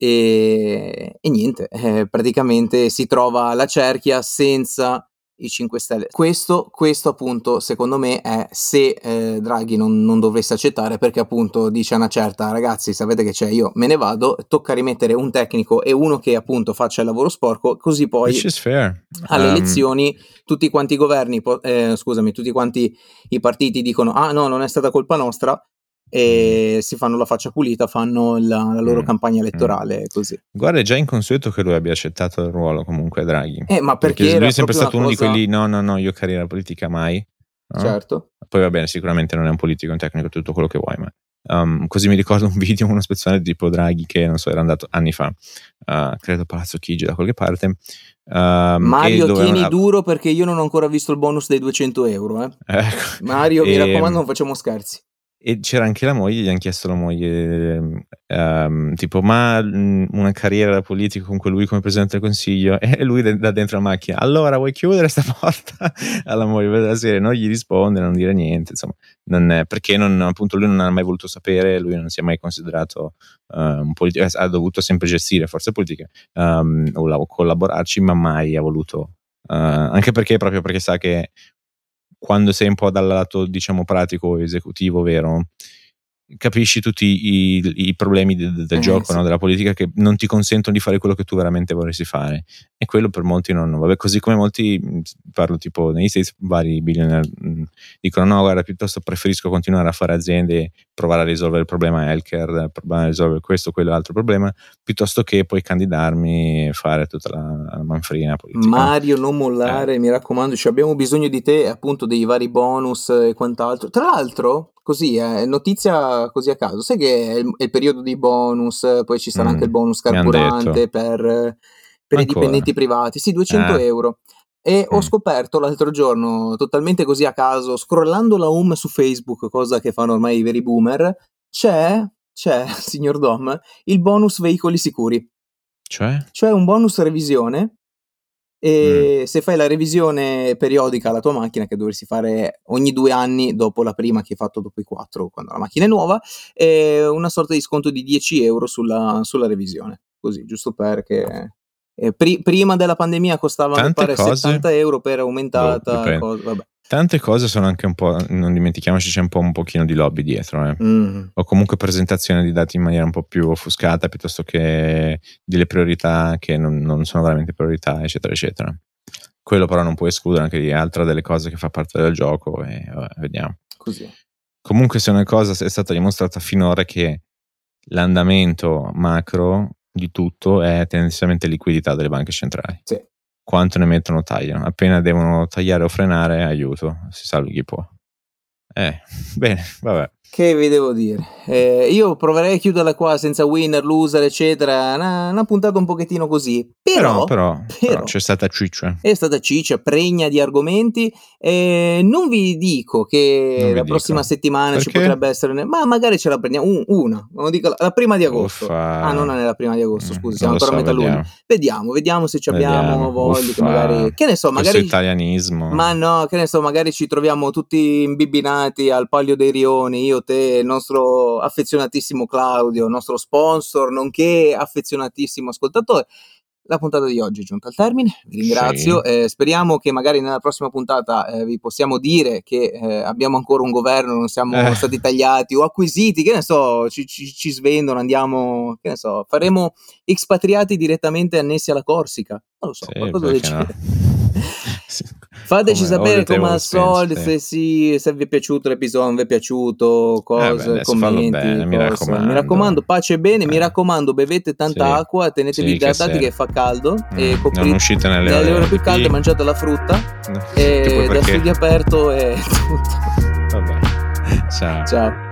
A: e, e niente, eh, praticamente si trova la cerchia senza i cinque Stelle. Questo, questo appunto secondo me è se eh, Draghi non, non dovesse accettare, perché appunto dice a una certa: ragazzi, sapete che c'è, io me ne vado, tocca rimettere un tecnico e uno che appunto faccia il lavoro sporco, così poi
B: Which is fair.
A: alle
B: Um,
A: elezioni tutti quanti i governi, eh, scusami, tutti quanti i partiti dicono: ah no, non è stata colpa nostra, e mm. si fanno la faccia pulita, fanno la, la loro mm. campagna elettorale mm. così.
B: Guarda, è già inconsueto che lui abbia accettato il ruolo comunque Draghi.
A: Eh, ma perché,
B: perché lui è sempre stato uno
A: cosa...
B: di quelli no, no, no, io carriera politica mai. No?
A: Certo.
B: Poi va bene, sicuramente non è un politico, un tecnico, tutto quello che vuoi, ma um, così mi ricordo un video, una spezzone tipo Draghi che, non so, era andato anni fa, uh, credo a Palazzo Chigi da qualche parte. Um,
A: Mario,
B: e dove
A: tieni
B: una...
A: duro perché io non ho ancora visto il bonus dei duecento euro. Eh.
B: Ecco.
A: Mario,
B: e...
A: mi raccomando, non facciamo scherzi.
B: E c'era anche la moglie, gli hanno chiesto la moglie um, tipo ma mh, una carriera da politico con lui come presidente del consiglio, e lui de- da dentro la macchina: allora vuoi chiudere sta porta? Alla moglie della serie non gli risponde, non dire niente, insomma, non è, perché non, appunto lui non ha mai voluto sapere, lui non si è mai considerato uh, un politico, ha dovuto sempre gestire forze politiche um, o collaborarci, ma mai ha voluto uh, anche perché proprio perché sa che quando sei un po' dal lato, diciamo, pratico esecutivo vero, capisci tutti i, i problemi de, de, del
A: eh,
B: gioco,
A: sì.
B: no? Della politica, che non ti consentono di fare quello che tu veramente vorresti fare, e quello per molti non, vabbè, così come molti, parlo tipo negli States, vari billionaire mh, dicono no, guarda, piuttosto preferisco continuare a fare aziende, provare a risolvere il problema healthcare, provare a risolvere questo, quello, altro problema, piuttosto che poi candidarmi e fare tutta la, la manfrina politica.
A: Mario, non mollare, eh. mi raccomando, cioè abbiamo bisogno di te, appunto, dei vari bonus e quant'altro. Tra l'altro, così, eh, notizia così a caso, sai che è il, è il periodo dei bonus, poi ci sarà mm, anche il bonus carburante per, per i dipendenti privati, sì, duecento
B: eh.
A: euro. E mm. ho scoperto l'altro giorno, totalmente così a caso, scrollando la home su Facebook, cosa che fanno ormai i veri boomer, c'è, c'è, signor Dom, il bonus veicoli sicuri.
B: Cioè?
A: Cioè un bonus revisione, e mm. se fai la revisione periodica alla tua macchina, che dovresti fare ogni due anni dopo la prima che hai fatto dopo i quattro, quando la macchina è nuova, è una sorta di sconto di dieci euro sulla, sulla revisione, così, giusto perché eh, pri- prima della pandemia costava,
B: Tante
A: mi pare,
B: cose,
A: settanta euro, per aumentata
B: boh,
A: cosa, vabbè.
B: Tante cose sono anche un po', non dimentichiamoci, c'è un po' un pochino di lobby dietro, eh. mm. o comunque presentazione di dati in maniera un po' più offuscata, piuttosto che delle priorità che non, non sono veramente priorità, eccetera eccetera. Quello però non può escludere anche di altra delle cose che fa parte del gioco, e vabbè, vediamo.
A: Così.
B: Comunque, se una cosa è stata dimostrata finora, che l'andamento macro di tutto è tendenzialmente liquidità delle banche centrali.
A: Sì.
B: Quanto ne mettono tagliano, appena devono tagliare o frenare, aiuto, si salvi chi può. Eh, bene, vabbè.
A: Che vi devo dire? Eh, io proverei a chiuderla qua senza winner, loser, eccetera. Una, una puntata un pochettino così. Però,
B: Però, però, però
A: però
B: c'è stata ciccia.
A: è stata ciccia, pregna di argomenti. Eh, non vi dico che
B: Non vi
A: la
B: dico.
A: prossima settimana ci
B: Perché?
A: potrebbe essere, ne- ma magari ce la prendiamo un- una. Non lo dico, la- la prima di agosto.
B: Uffa.
A: Ah, no, non è la prima di agosto,
B: Mm,
A: scusa,
B: non
A: siamo
B: lo
A: ancora a
B: so,
A: metà luglio.
B: vediamo.
A: Vediamo, vediamo se ci abbiamo
B: Vediamo.
A: voglia, che
B: Uffa.
A: magari, che ne so,
B: Questo
A: magari,
B: italianismo.
A: ma no, che ne so, magari ci troviamo tutti imbibinati al Palio dei Rioni, io, te, il nostro affezionatissimo Claudio, il nostro sponsor, nonché affezionatissimo ascoltatore. La puntata di oggi è giunta al termine, vi ringrazio,
B: Sì.
A: eh, speriamo che magari nella prossima puntata eh, vi possiamo dire che eh, abbiamo ancora un governo, non siamo
B: Eh.
A: stati tagliati o acquisiti, che ne so, ci, ci, ci svendono, andiamo, che ne so, faremo expatriati direttamente annessi alla Corsica, non lo so,
B: Sì,
A: qualcosa del
B: perché no?
A: genere.
B: Sì,
A: Fateci
B: come all
A: sapere
B: the
A: come
B: table
A: al
B: spins,
A: solito
B: sì.
A: se, sì, se vi è piaciuto l'episodio, non vi è piaciuto,
B: Eh
A: cose,
B: beh, adesso fallo
A: commenti,
B: bene, mi
A: cose.
B: raccomando.
A: Mi raccomando, pace e bene, mi
B: Eh.
A: raccomando, bevete tanta
B: Sì.
A: acqua, tenetevi
B: Sì, che
A: idratati che,
B: serve.
A: fa caldo
B: Mm,
A: e
B: non
A: coprite
B: uscite nelle
A: nelle
B: ore
A: ore più
B: di
A: calde,
B: P.
A: mangiate la frutta
B: Che poi
A: e da
B: perché?
A: studio aperto è tutto.
B: Vabbè. Ciao.
A: Ciao.